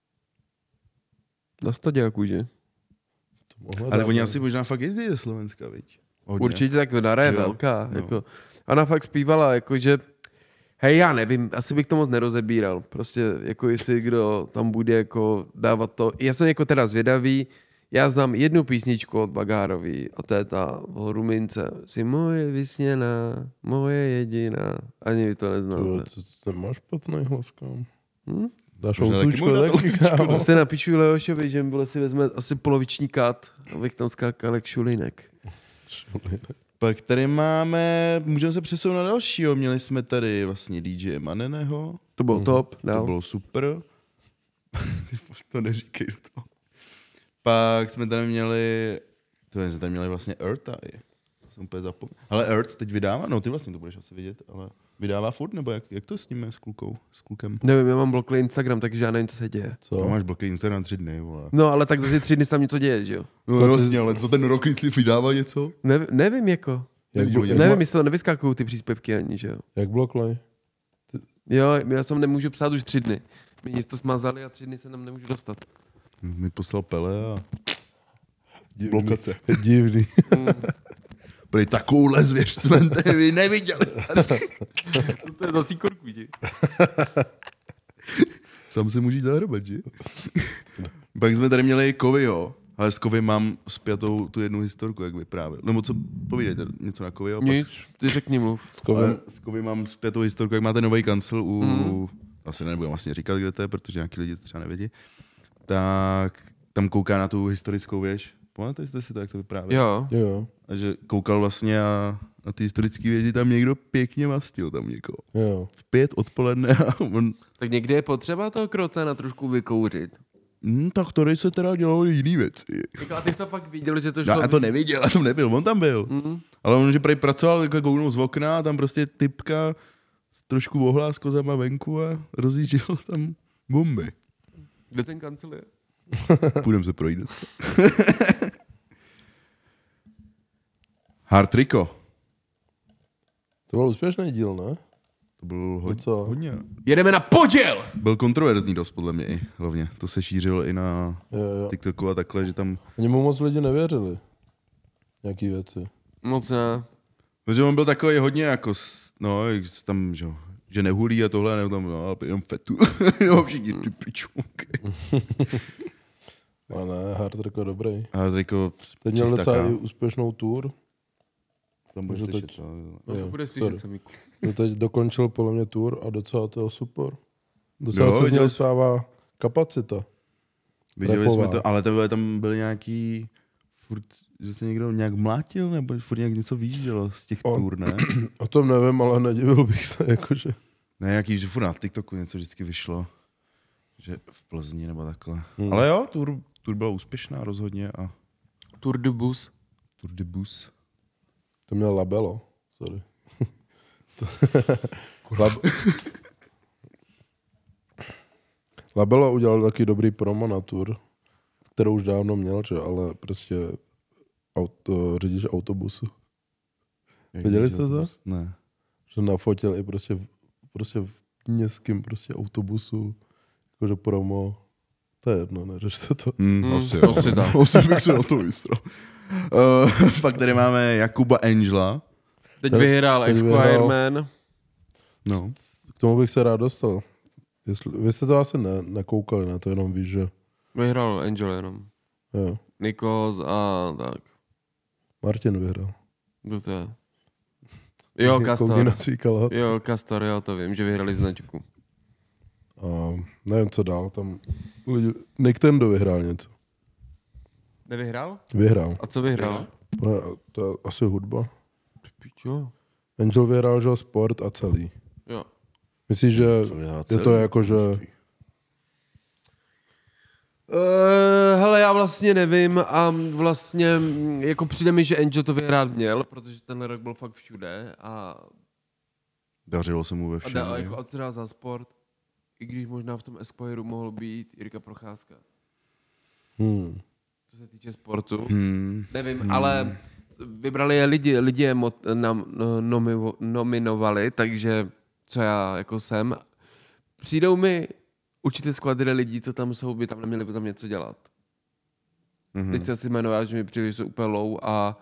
Na stadiáku, že? To mohlo Ale dát, oni ne? asi možná fakt jezdí ze Slovenska, viď? Hodně. Určitě tak Dara je Jo, velká. no. Jako. Ona fakt zpívala, jakože hej, já nevím, asi bych to moc nerozebíral. Prostě jako jestli kdo tam bude jako dávat to. Já jsem jako teda zvědavý, já znám jednu písničku od Bagárový a to je ta o Rumince. Jsi moje vysněná, moje jediná. Ani vy to Ty neznáte. vole, co to máš špatný hlas, kam? Hm? Dáš Možná taky autůčko můj dát taky, autůčko, kámo. Asi napíšu Leošovi, že vole si vezme asi poloviční kat, abych tam skákal jak šulinek. Pak tady máme, můžeme se přesunout na dalšího, měli jsme tady vlastně D J Maneného, To byl top. to Dál. bylo super. To neříkej do toho. Pak jsme tady měli, to jsme tady měli vlastně Eartha i. To jsem úplně zapomněl. Ale Earth teď vydává, no ty vlastně to budeš asi vidět, ale vydává furt, nebo jak, jak to s ním je, s klukou, s klukem? Nevím, já mám bloklý Instagram, takže já nevím, co se děje. To Co? máš bloky Instagram tři dny, vole. No, ale tak za ty tři dny se tam něco děje, že jo? No vlastně, ale co ten rok, jestli vydává něco? Ne, nevím, jako. Jak, Nevidím, blo- jak jak, Nevím, ma- jestli to nevyskakují ty příspěvky ani, že jo? jak bloklej? Jo, já jsem nemůžu psát už tři dny. Mi něco smazali a tři dny se nám nemůžu dostat. Mi poslal Pele a Divný. blokace. Divný. Prý takovouhle zvěř jsme vy neviděli. Co to je za síkorku, že? Sám se můžu jít zahrabat, že? Pak jsme tady měli Kovyho, ale s Kovy mám spjatou tu jednu historku, jak vyprávěl. Nebo co, povídejte něco na Kovyho. Nic, ty řekni mluv. S kovem. S Kovy mám spjatou historku, jak máte nový kancel u... Mm. Asi nebudu vlastně říkat, kde to je, protože nějaký lidi to třeba nevědí. Tak tam kouká na tu historickou věž. Pamatujete si to, jak to vyprávěl? Jo. Jo, A že koukal vlastně a na ty historické věži tam někdo pěkně mastil tam někoho. jo. V pět odpoledne a on... Tak někdy je potřeba toho krocena trošku vykouřit. Hm, tak tady se teda dělalo jiný věci. Jako, a ty jsi to fakt viděl, že to šlo... Já to neviděl, já tam nebyl, on tam byl. Mm. Ale on, že prej pracoval, takhle kouknul z okna a tam prostě typka trošku vohlá s kozama venku a rozjížděl tam bomby. Kde ten kancel je? Půjdem se projít. Hard Rico. To byl úspěšný díl, ne? To byl hodně. co? hodně. Jedeme na poděl! Byl kontroverzní dost, podle mě i hlavně. To se šířilo i na Jo, jo. TikToku a takhle, že tam... Oni mu moc lidi nevěřili. Nějaký věci. Moc ne. Protože on byl takový hodně jako, s- no, jak s- tam, že, jo, že nehulí a tohle, nebo tam, no, ale jenom fetu. Jo, všichni ty piču, okay. A ne, Hard Rock dobrý. Hard Rico Teď měl tři sta docela ká. i úspěšnou tour. Tam budeš takže slyšet, teď- no. No to Jo, bude sorry. slyšet, Samíku. To teď dokončil podle mě tour a docela to je super. Docela Jo, se z viděl něho jsi- stává kapacita. Viděli Rapová. jsme to, ale tam, tam byl nějaký, furt, že se někdo nějak mlátil, nebo furt nějak něco vyjíždělo z těch On- tour, ne? O tom nevím, ale nedivil bych se, jakože. Ne, nějaký, že furt na TikToku něco vždycky vyšlo, že v Plzni nebo takhle. Hmm. Ale jo, tour, tour byla úspěšná rozhodně a Tour de Bus. Tour de Bus. To měl Labelo. Sorry. To- Lab... Labelo udělal taky dobrý promo na tour, kterou už dávno měl, že? Ale prostě auto, řidič autobusu. Viděli jste to? Ne. Že nafotil i prostě, prostě v městském prostě autobusu, jakože promo. To je jedno, neřešte to. Hmm, Hmm, asi, to jo. si dá. Asi bych se na to vystral. Uh, pak tady máme Jakuba Angela. Teď Ten- vyhrál teď Esquire vyhrál- Man. No. K tomu bych se rád dostal. Jestli, vy jste to asi ne, nekoukali na to, jenom víš, že Vyhrál Angel jenom. jo. Nikos a tak. Martin vyhrál. Kdo to je? Jo, Castor. Kombinací kalhot. Jo, Castor, jo, to vím, že vyhrali značku. A nevím, co dál. Tam lidi... Nintendo vyhrál něco. Nevyhrál? Vyhrál. A co vyhrál? To je, to je asi hudba. Jo. Angel vyhrál, že jo, sport a celý. Jo. Myslíš, že je to jako, že... Uh, hele, já vlastně nevím a vlastně mm, jako přijde mi, že Angel to vyhrát měl, protože ten rok byl fakt všude a, Dařilo se mu ve a, všem. da, a že? jako a třeba za sport, i když možná v tom Esquireu mohl být Jirka Procházka. Hmm. Co se týče sportu. Hmm. Nevím, hmm. ale vybrali je lidi, lidi je mot, nam, no, nomi, nominovali, takže co já jako jsem. Přijdou mi určitě skvadry lidí, co tam jsou, by tam neměli tam něco dělat. Mhm. Teď se asi jmenovat, že mi přijde, že jsou úplně low a,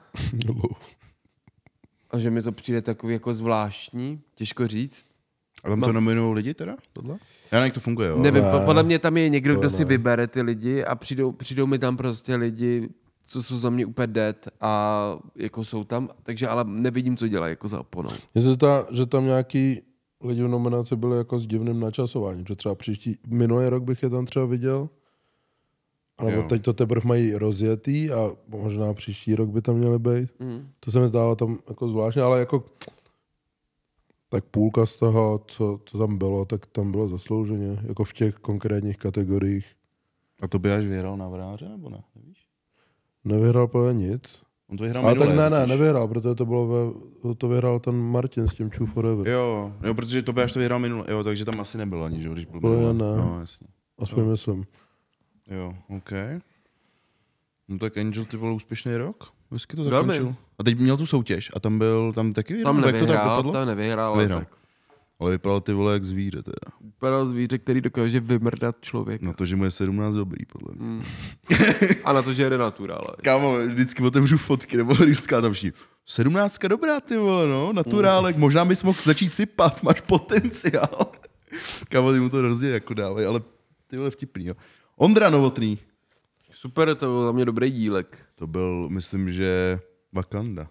a že mi to přijde takový jako zvláštní, těžko říct. A tam to Mám- nominují lidi teda? Tohle? Já nevím, jak to funguje, jo. Nevím, Ne. po- podle mě tam je někdo, To kdo si ne. vybere ty lidi a přijdou, přijdou mi tam prostě lidi, co jsou za mě úplně dead a jako jsou tam, takže ale nevidím, co dělají jako za oponou. Mně se zdá, že tam nějaký lidi v nominaci byli jako s divným načasováním, že třeba příští, minulý rok bych je tam třeba viděl, nebo Jo. teď to teprve mají rozjetý a možná příští rok by tam měli být. Mm. To se mi zdálo tam jako zvláštně, ale jako tak půlka z toho, co, co tam bylo, tak tam bylo zaslouženě, jako v těch konkrétních kategoriích. A to by až vyhrál na vráře, nebo ne? Nevíš? Nevyhrál plně nic. On to vyhrál Ale tak minule, ne, ne, totiž. nevyhrál, protože to bylo ve, to vyhrál ten Martin s tím True Forever. Jo, jo, protože to by až to vyhrál minule. Jo, takže tam asi nebylo ani, že jo, když byl Bylo minule. ne. No, jasně. Aspoň myslím. Jo, OK. No tak Angel, ty byl úspěšný rok. Hezky to Velmi. zakončil. A teď měl tu soutěž a tam byl, tam taky Tam jenom, jak to tak nevyhrál, dopadlo? tam nevyhrál, ale Vyhrál. tak. Ale vypadal ty vole jak zvíře teda. Vypadal zvíře, který dokáže vymrdat člověka. Na to, že mu je sedmnáct dobrý, podle mě. Mm. A na to, že je natural. Kámo, vždycky otevřu fotky, nebo rýská tam všichni. Sedmnáctka dobrá, ty vole, no, naturálek, mm. možná bys mohl začít sypat, máš potenciál. Kámo, ty mu to hrozně jako dávají, ale ty vole vtipný, jo. Ondra Novotný. Super, to byl za mě dobrý dílek. To byl, myslím, že Wakanda.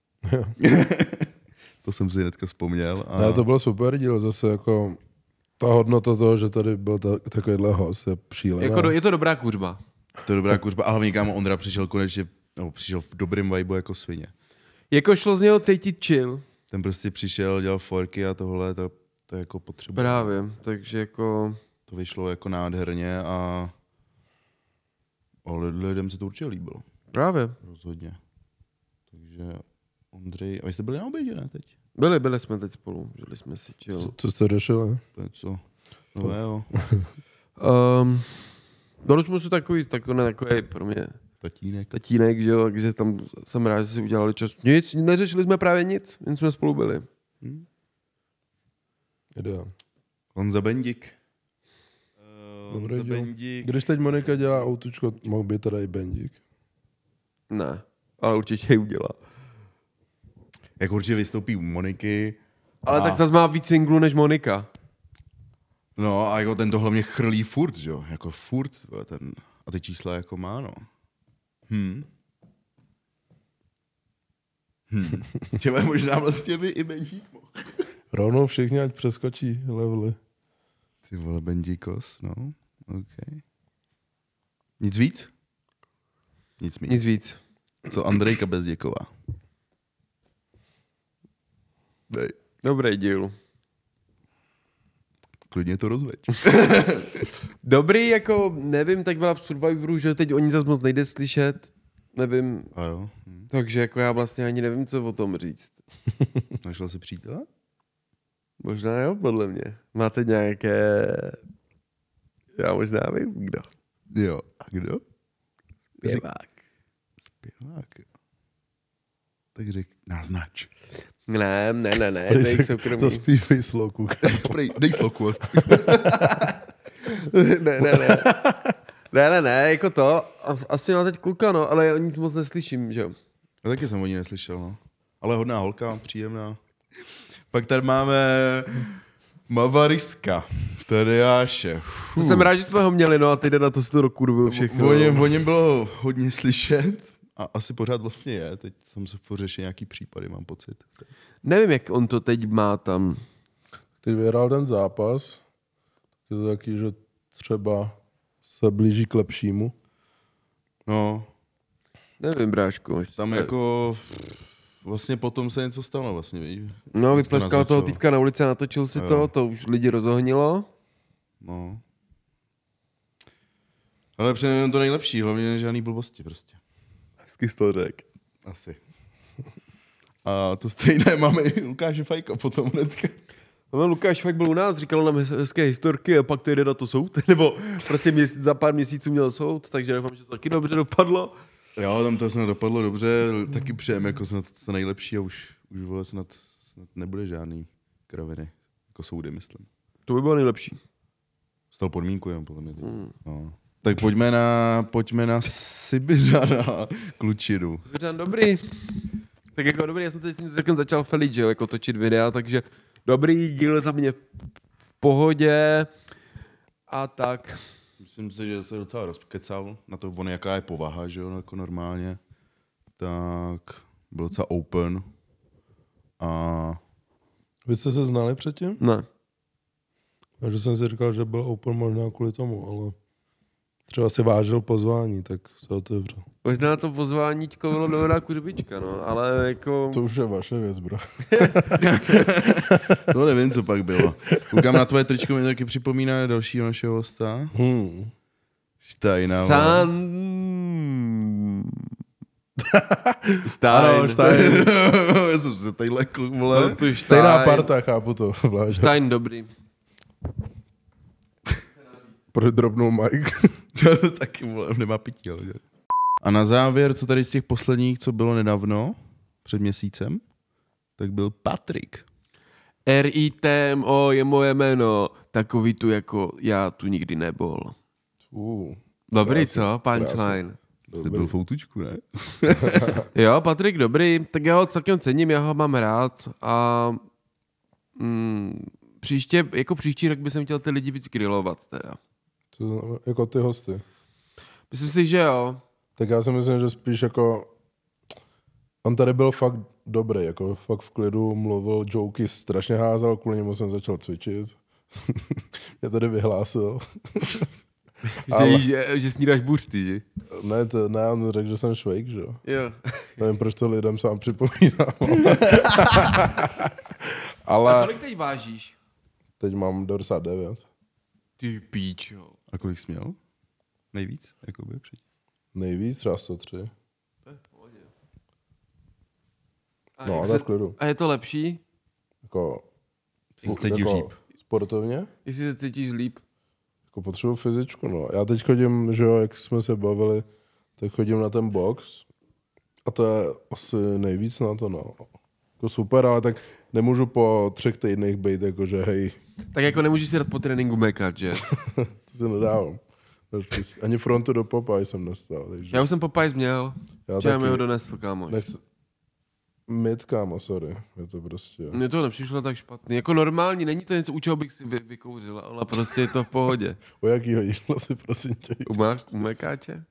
To jsem si hnedka vzpomněl. A... Ne, to byl super díl, zase jako ta hodnota toho, že tady byl ta, takovýhle host, je šílená. Jako do, je to dobrá kuřba. To je dobrá kuřba, a hlavně kámo, Ondra přišel konečně, no, přišel v dobrém vibu jako svině. Jako šlo z něho cítit chill. Ten prostě přišel, dělal forky a tohle, to, to jako potřeba. Právě, takže jako... To vyšlo jako nádherně a... Ale lidem se to určitě líbilo. Právě. Rozhodně. Takže Ondřej... A vy jste byli na obědě, ne, teď? Byli, byli jsme teď spolu, žili jsme si chill. Co, co jste řešili? To je co? No to... jo. um, Dali jsme si takový, takový, takový pro mě Tatínek. tatínek, že jo, takže tam jsem rád, že si udělali čas. Nic, neřešili jsme právě nic, jen jsme spolu byli. Hmm. Ideál. Honza Bendik. Uh, Dobrý Honza díl. Bendik. Když teď Monika dělá autučko, mohl by teda i Bendik. Ne, ale určitě ji udělá. Jak určitě vystoupí u Moniky. Ale a... tak zase má víc singlů než Monika. No a jako ten to hlavně chrlí furt, že jo, jako furt, ten, a ty čísla jako má, no. Hm. Hm. Těme možná vlastně by i Bendik mohl. Rovnou všichni, ať přeskočí levely. Ty vole, Bendikos, no, OK. Nic víc? Nic víc. Nic víc. Co Andrejka Bezděková? Dej. Dobrý díl. Klidně to rozveď. Dobrý, jako nevím, tak byla v Survivoru, že teď o ní zase moc nejde slyšet. Nevím. A jo. Hm. Takže jako já vlastně ani nevím, co o tom říct. Našla si přítele? Možná jo, podle mě. Máte nějaké... Já možná vím, kdo. Jo. A kdo? Zpěvák. Zpěvák, jo. Tak řek, naznač. Ne, ne, ne, ne, to je soukromý. To zpívej sloku. Prej, dej sloku. ne, ne, ne. Ne, ne, ne, jako to. Asi má teď kluka, no, ale já o nic moc neslyším, že jo. Já taky jsem o ní neslyšel, no. Ale hodná holka, příjemná. Pak tady máme Mavariska. Tadeáše. To jsem rád, že jsme ho měli, no a teď na to si to dokurvil všechno. O něm, o něm bylo hodně slyšet a asi pořád vlastně je. Teď jsem se furt řešil nějaký případy, mám pocit. Nevím, jak on to teď má tam. Teď vyhrál ten zápas. Je to taky, že třeba se blíží k lepšímu. No, Nevím, bráško. tam jako... Vlastně potom se něco stalo vlastně, víš? No, Jak to vypleskal toho naznačilo. týpka na ulici a natočil si Jo. to, to už lidi rozohnilo. No. Ale přinejmenším to nejlepší, hlavně ne žádný blbosti prostě. Hezky jsi to řekl. Asi. A to stejné máme i Lukáše Fajka potom hnedka. No, Lukáš fakt byl u nás, říkal nám hezké historky a pak to jde na to soud, nebo prostě měsíc, za pár měsíců měl soud, takže doufám, že to taky dobře dopadlo. Jo, tam to snad dopadlo dobře, taky přejeme jako snad to nejlepší a už, už vole, snad, snad nebude žádný kraviny, jako soudy, myslím. To by bylo nejlepší. Stal podmínku jenom podle mě. Hmm. No. Tak pojďme na, pojďme na Sibiřana, klučinu. Sibiřan dobrý. Tak jako dobrý, já jsem teď celkem začal felit, že jo, jako točit videa, takže dobrý díl za mě v pohodě a tak. Myslím si, že se docela rozkecal na to, on jaká je povaha, že jo, jako normálně. Tak byl docela open. A Vy jste se znali předtím? Ne. Takže jsem si říkal, že byl open možná kvůli tomu, ale třeba si vážil pozvání, tak se otevřel. Možná to pozváníčko bylo dobrá kuřbička, no, ale jako... To už je vaše věc, bro. to nevím, co pak bylo. Koukám na tvoje tričko, mi to taky připomíná dalšího našeho hosta. Hmm. Štajna. San... Stein. Ano, Stein. Já jsem se tady lekl, vole. No, tu Stejná Stein. parta, chápu to. Vláže. Stein dobrý. Proč dropnul Mike? To taky, vole, nemá pití, ale... A na závěr, co tady z těch posledních, co bylo nedávno, před měsícem, tak byl Patrik. R I T M O je moje jméno. Takový tu jako já tu nikdy nebyl. Uh, Dobrý, krásný, co? Punchline. Jste byl foutučku, ne? Jo, Patrik, dobrý. Tak já ho celkem cením, já ho mám rád a mm, příště, jako příští rok bych chtěl ty lidi víc grillovat teda. to, jako ty hosty. Myslím si, že jo. Tak já si myslím, že spíš jako on tady byl fakt dobrý, jako fakt v klidu mluvil, joky strašně házel, kvůli němu jsem začal cvičit. Mě tady vyhlásil. Že, Ale- jíš, že, že snídáš buřty, že? Ne, to, ne, on řekl, že jsem švejk, že jo. Jo. Nevím, proč to lidem sám připomínám. A Ale kolik teď vážíš? teď mám devadesát devět. Ty píčo. A kolik jsi měl? Nejvíc? Jakoby předtím. Nejvíc, třeba sto tři. To je v pohodě. A, No, jak ale v klidu. a je to lepší? Jako, Ty se cítíš jako líp. sportovně? Jestli se cítíš líp? Jako potřebuji fyzičku, no. Já teď chodím, že jo, jak jsme se bavili, tak chodím na ten box a to je asi nejvíc na to, no. Jako super, ale tak nemůžu po třech týdnech být jako, že hej, Tak jako nemůžeš si dát po tréninku mekat, že? to si nedávám. Ani frontu do Popeye jsem nestal, takže Já už jsem Popeyes měl. já Včera mi taky ho donesl, kámoš. nechci... Mid, kámo, sorry, je to prostě... Mně to nepřišlo tak špatný. Jako normální, není to něco, u čeho bych si vy, vykouřil, ale prostě je to v pohodě. O jakýho jídla si prosím tě? U, máš, u mekáče?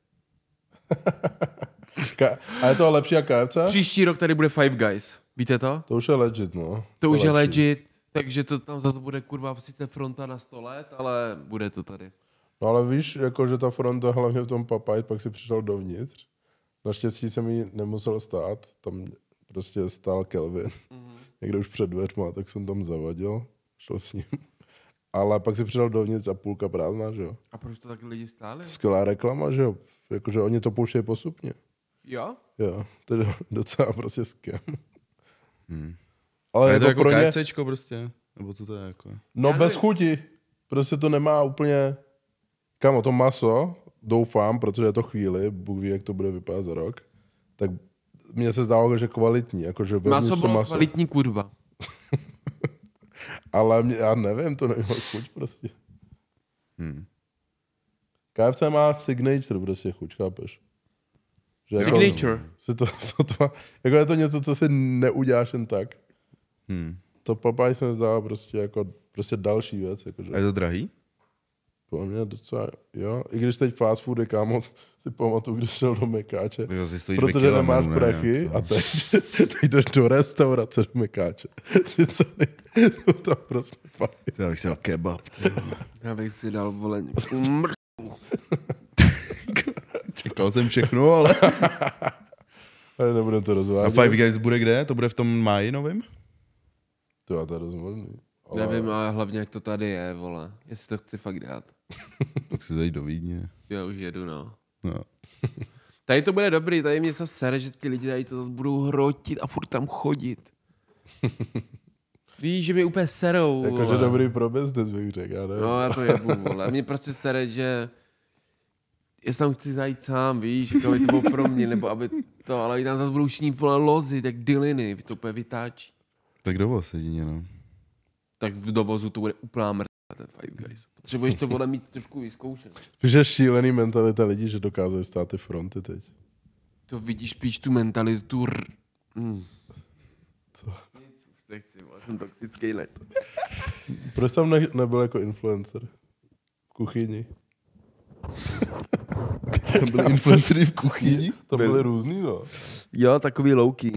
Ka- a je to lepší jak K F C? Příští rok tady bude Five Guys. Víte to? To už je legit, no. To už je lepší. legit, takže to tam zase bude kurva sice fronta na sto let, ale bude to tady. No ale víš, jako, že ta fronta hlavně v tom Popeye, pak si přišel dovnitř. Naštěstí jsem jí nemusel stát, tam prostě stál Kelvin. Mm-hmm. Někde už před dveřma, tak jsem tam zavadil, šel s ním. Ale pak si přišel dovnitř a půlka prázdná, že jo. A proč to tak lidi stáli? Skvělá reklama, že jo. Jakože oni to pouštějí postupně. Jo? Jo, to je docela prostě skem. Hmm. Ale A je to jako jako pro ně... KFCčko prostě? Nebo co to je jako? No Já bez nevím. chuti. Prostě to nemá úplně... Kamo, to maso, doufám, protože je to chvíli, Bůh ví, jak to bude vypadat za rok, tak mně se zdálo, že kvalitní, jakože Maso vevnitř to bylo maso. kvalitní kurva. Ale mě, já nevím, to nemělo chuť prostě. Hmm. K F C má signature prostě chuť, chápeš? Že jako Signature. Si to, to, jako je to něco, co si neuděláš jen tak. Hmm. To Popeye se mi zdá prostě jako prostě další věc. Jakože. A je to drahý? Pro mě docela, jo. I když teď fast foody, kámo, si pamatuju, když šel do Mekáče. To asi stojí dvě Protože kila, nemáš ne, prachy ne, a teď, teď jdeš do restaurace do Mekáče. Ty celý, jsou tam prostě fajn. To bych si dal kebab. ty. Já bych si dal vole umr. Čekal jsem všechno, ale... Ale nebudem to A rozvádět. Five Guys bude kde? To bude v tom máji novým? To je to dost možný. Ale... Nevím, ale hlavně jak to tady je, vole. Jestli to chci fakt dát. Tak si zajít do Vídně. Já už jedu, no. No. Tady to bude dobrý, tady mě se sere, že ty lidi tady to zase budou hrotit a furt tam chodit. Víš, že mě úplně serou, Jakože vole. dobrý pro business bych řekl, já nevím. No, já to jebu, vole. Mě prostě sere, že jestli tam chci zajít sám, víš, jako aby to bylo pro mě, nebo aby to, ale tam zase budou všichni, vole, lozy, tak dyliny, to úplně vytáčí. Tak dovoz jedině, no. Tak v dovozu to bude úplná mrtvá, ten Five Guys. Potřebuješ to, vole, mít trošku vyzkoušet. Spíš je šílený mentalita lidí, že dokázají stát ty fronty teď. To vidíš spíš tu mentalitu. R... Mm. Co? Nic už nechci, vole, jsem toxický let. Proč tam ne- nebyl jako influencer? V kuchyni. Tam byli influencery v kuchyni? To byly různý, no. Jo, takový louky.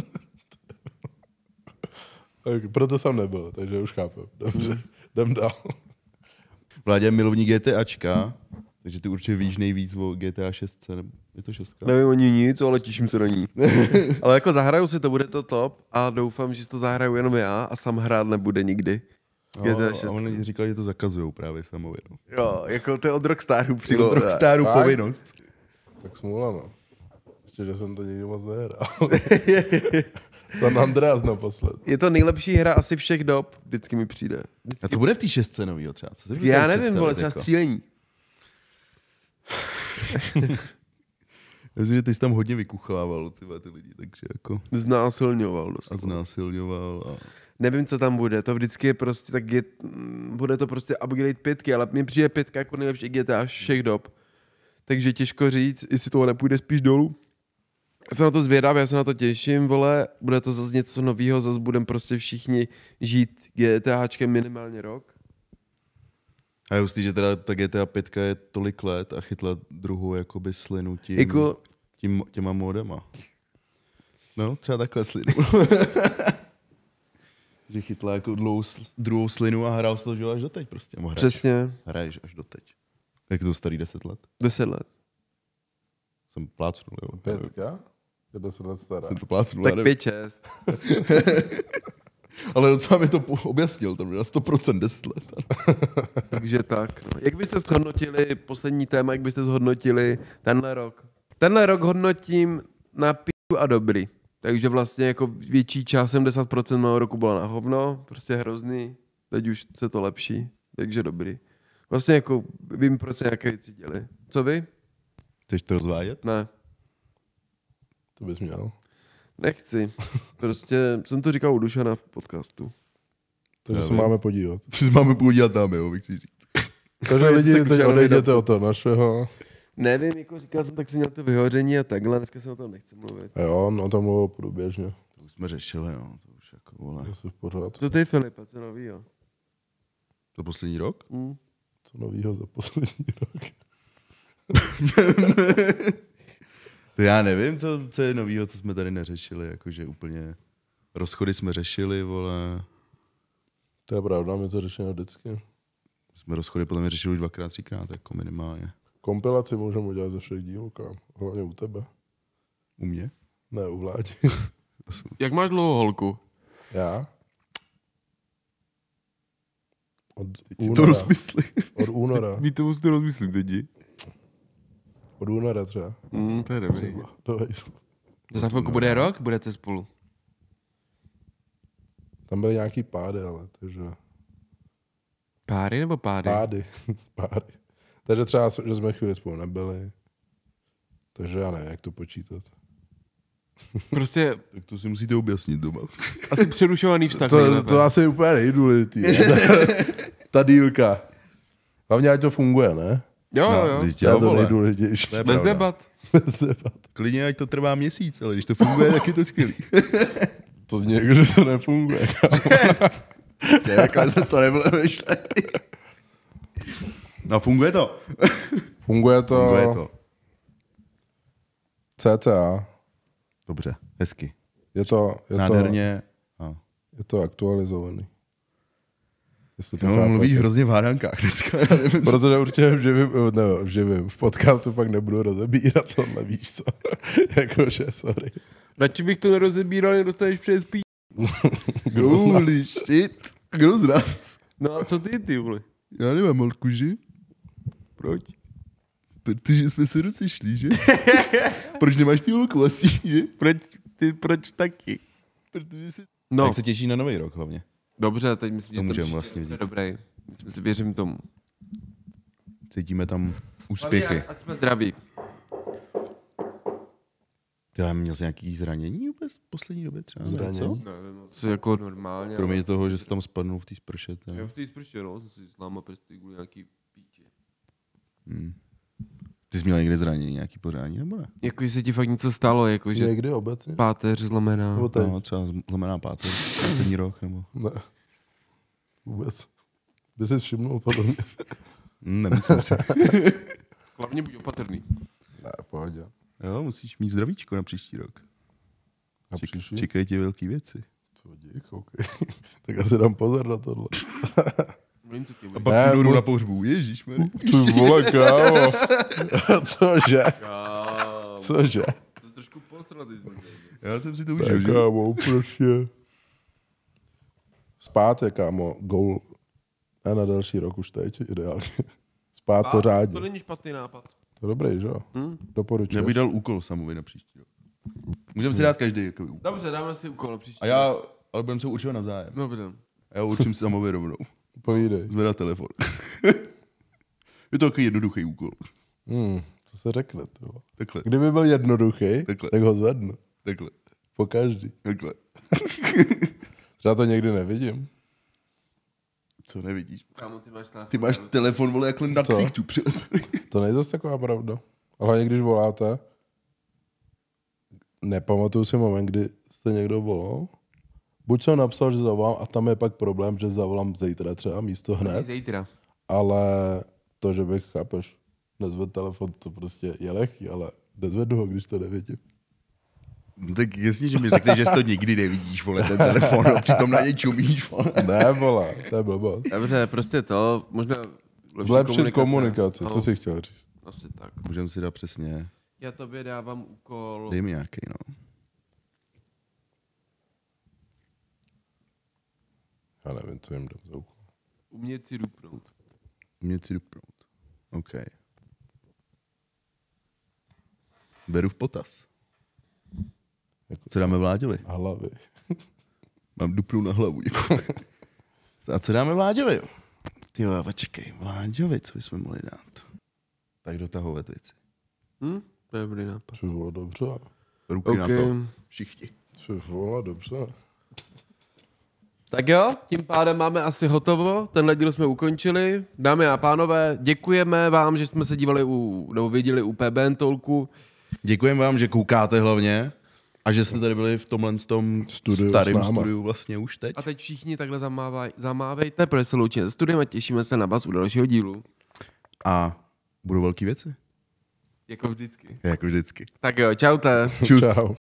Tak proto jsem nebyl, takže už chápem. Dobře, jdem dál. Vládě je milovník GTAčka, takže ty určitě víš nejvíc o G T A šest, nebo je to šestka? Nevím o ní nic, ale těším se na ní. Ale jako zahraju si to, bude to top a doufám, že si to zahraju jenom já a sám hrát nebude nikdy. G T A šest. A oni říkali, že to zakazujou právě samově. No. Jo, jako to je od Rockstaru Od příloha. Rockstaru Tak. povinnost. Tak smůla, no. Ještě, že jsem to nikdy moc nehrál. San Andreas naposled. Je to nejlepší hra asi všech dob, vždycky mi přijde. A co bude v té šestce novýho třeba? Co si Já dokážeš nevím, vole, představit, třeba jako? střílení. Já myslím, že ty jsi tam hodně vykuchlával ty, ty lidi, takže jako Znásilňoval dost. a znásilňoval a... nevím, co tam bude, to vždycky je prostě tak, je, bude to prostě upgrade pětky, ale mně přijde pětka jako nejlepší G T A všech dob. Takže těžko říct, jestli toho nepůjde spíš dolů. Já jsem na to zvědavý, já se na to těším, vole, bude to zase něco novýho, zase budeme prostě všichni žít GTAčkem minimálně rok. A je hustý, že teda ta G T A pět je tolik let a chytla druhou jakoby slinu tím, Jako... tím, těma modema. No, třeba takhle slinu. Že chytla jako dlouhou, druhou slinu a hrál z toho až doteď prostě. Hraješ, Přesně. Hraješ až doteď. Jak je to starý deset let? Deset let. Jsem plácnul, jo. Pětka? Je deset let stará. Jsem to plácnul, Tak pět, šest. Ale docela mi to objasnil, tam na sto procent deset let. Takže tak. No. Jak byste zhodnotili, poslední téma, jak byste zhodnotili tenhle rok? Tenhle rok hodnotím na píču a dobrý. Takže vlastně jako větší část, sedmdesát procent mého roku bylo na hovno, prostě hrozný, teď už se to lepší, takže dobrý. Vlastně jako vím, proč se nějaké věci děly. Co vy? Chceš to rozvádět? Ne, To bys měl. nechci. Prostě jsem to říkal u Dušana v podcastu. Takže Já se vím. máme podívat. Ty máme podívat tam, jo, bych si říct. Takže Pojď lidi, se teď Dušanovi odejděte dát. od toho našeho. Nevím, jako říkal jsem, tak jsem měl to vyhoření a takhle, dneska se o tom nechci mluvit. A jo, on o tom mluvil průběžně. To už jsme řešili, jo. To už jako, vole. To je v pořádku. Co ty, Filipe, co novýho? To poslední rok? Hm? Co novýho za poslední rok? To já nevím, co, co je novýho, co jsme tady neřešili. Jakože úplně rozchody jsme řešili, vole. To je pravda, my to řešíme vždycky. Jsme rozchody podle mě řešili už dvakrát, třikrát, jako minimálně. Kompilaci můžeme udělat ze všech dílů, kam. Hlavně u tebe. U mě? Ne, u Vládi. Jak máš dlouho holku? Já? Od Teď si to února. rozmysli. Od února. Víte, to musíte rozmyslit teď. Od února třeba. Mm, to je dobrý. Třeba. Do hejslu. Za chvilku bude rok, budete spolu. Tam byly nějaký pády, ale takže... Páry nebo pády? Pády. Pády. Takže třeba, že jsme chvíli spolu nebyli. Takže já nevím, jak to počítat. Prostě Tak to si musíte objasnit doma. asi přerušovaný vztah. To, nejlépe. to asi je úplně nejdůležitý. Ta dílka. Hlavně, ať to funguje, ne? Jo, No, jo. když To tě je to vole. nejdůležitější. To je Bez pravda. debat. Bez debat. Klidně, ať to trvá měsíc, ale když to funguje, tak je to skvělý. To zní jako, že to nefunguje. Takhle se to nebylo myšlený. No funguje to. Funguje to, Funguje to. cca. Dobře, hezky. Je to, je to, Nádherně. A. je to aktualizovaný. Jestli to No, chápete. mluvíš hrozně v hádankách dneska. Já nevím, Protože určitě v živým, ne, v živým, v podcastu pak nebudu rozebírat tohle, víš co. Jakože, sorry. Radši bych to nerozebíral, jen dostaneš přes pí. Kdo z nás? Holy shit. Kdo z nás? No a co ty, ty vole? Já nemám holku, že? Proč? Protože jsme se rozešli, že? Proč nemáš ty holku asi, že? Proč, ty, proč taky? Protože se... No, Jak se těší na nový rok hlavně. dobře, teď myslím, To že můžeme příště vlastně bude vzít. dobrý. Myslím si, věřím tomu. Cítíme tam úspěchy. Hlavně, ať jsme zdraví. Ty já měl jsi nějaký zranění vůbec v poslední době třeba? Zranění? Co? Nevím, co jako normálně. Kromě ale... toho, že se tam spadnul v té sprše. Jo, Ne? v té sprše, no, jsem si zlámal prsty kvůli nějaký píči. Hmm. Ty jsi měl někde zranění, nějaký pořádní, nebo ne? Jako, že se ti fakt něco stalo, jako, že Někdy obecně? páteř zlomená. Nebo teď? No, třeba zlomená páteř, poslední rok, nebo... Ne. Vůbec. By si všimnul podle mě. Hmm, nemyslím si. Hlavně buď opatrný. Ne, pohodě. Jo, musíš mít zdravíčko na příští rok. A Ček, příští? čekají tě velký věci. Co dík, OK. Tak já si dám pozor na tohle. Vím, co ti A bude. pak Ne, půjdu mu- na pohřbu, ježišmarja. Ty vole, kámo. Cože? Kámo, Cože? to je trošku posratý jsme. Já jsem si to Ne, užil, že? kámo, prostě. Spát je, kámo, goal. A na další rok už teď, ideálně. Spát pořádně. To není špatný nápad. To je dobrý, že jo? Hm? Já Doporučuješ? bych dal úkol Samovi na příští rok. Můžeme si dát každý jako úkol. Dobře, dáme si úkol příště. A já, ale budeme se určovat navzájem. No, vidím. A já určím Samovi rovnou. Povídej. Zvedat telefon. Je to takový jednoduchý úkol. Hmm, co se řekne, to. Takhle, Kdyby byl jednoduchý, Takhle. tak ho zvednu. takhle, Po každý. takhle. Třeba to někdy nevidím. Co nevidíš? Kámo, ty máš telefon. Ty máš telefon, vole, jak na Co? ksichtu přilepený. To není zase taková pravda. Ale když voláte, nepamatuju si moment, kdy jste někdo volal. Buď jsem napsal, že zavolám a tam je pak problém, že zavolám zítra třeba místo hned, Zítra. ale to, že bych, chápeš, nezvedl telefon, to prostě je lehký, ale nezvednu ho, když to nevidím. No tak jasně, že mi řekneš, že jsi to nikdy nevidíš, vole, ten telefon, a přitom na něj čumíš, vole. Ne, vole, to je blbost. Dobře, prostě to, možná lepší Zlepšit komunikaci, No, to si chtěl říct. asi tak. Můžeme si dát přesně, Já tobě dávám úkol. dej mi nějaký, no. Já nevím, co jim dám za úkol. Umět si dupnout. Umět si dupnout. OK. Beru v potaz. Co dáme Vláďovi? Hlavy. Mám dupnu na hlavu, děkuji. A co dáme Vláďovi? Ty vole, počkej, Vláďovi, co bychom mohli dát? Tak dotahovat věci. Hm? To je dobrý nápad. Což bylo dobře. Ruky OK. na to. Všichni. Což bylo dobře. Tak jo, tím pádem máme asi hotovo. Tenhle díl jsme ukončili. Dámy a pánové, děkujeme vám, že jsme se dívali u, nebo viděli u P B N Talku. Děkujeme vám, že koukáte hlavně a že jste tady byli v tomhle tom Studiu starém s náma. studiu vlastně už teď. A teď všichni takhle zamávaj, zamávejte, protože se loučíme se studiem a těšíme se na vás u dalšího dílu. A budou velký věci. Jako vždycky. Jako vždycky. Tak jo, čaute. Čus. Čau.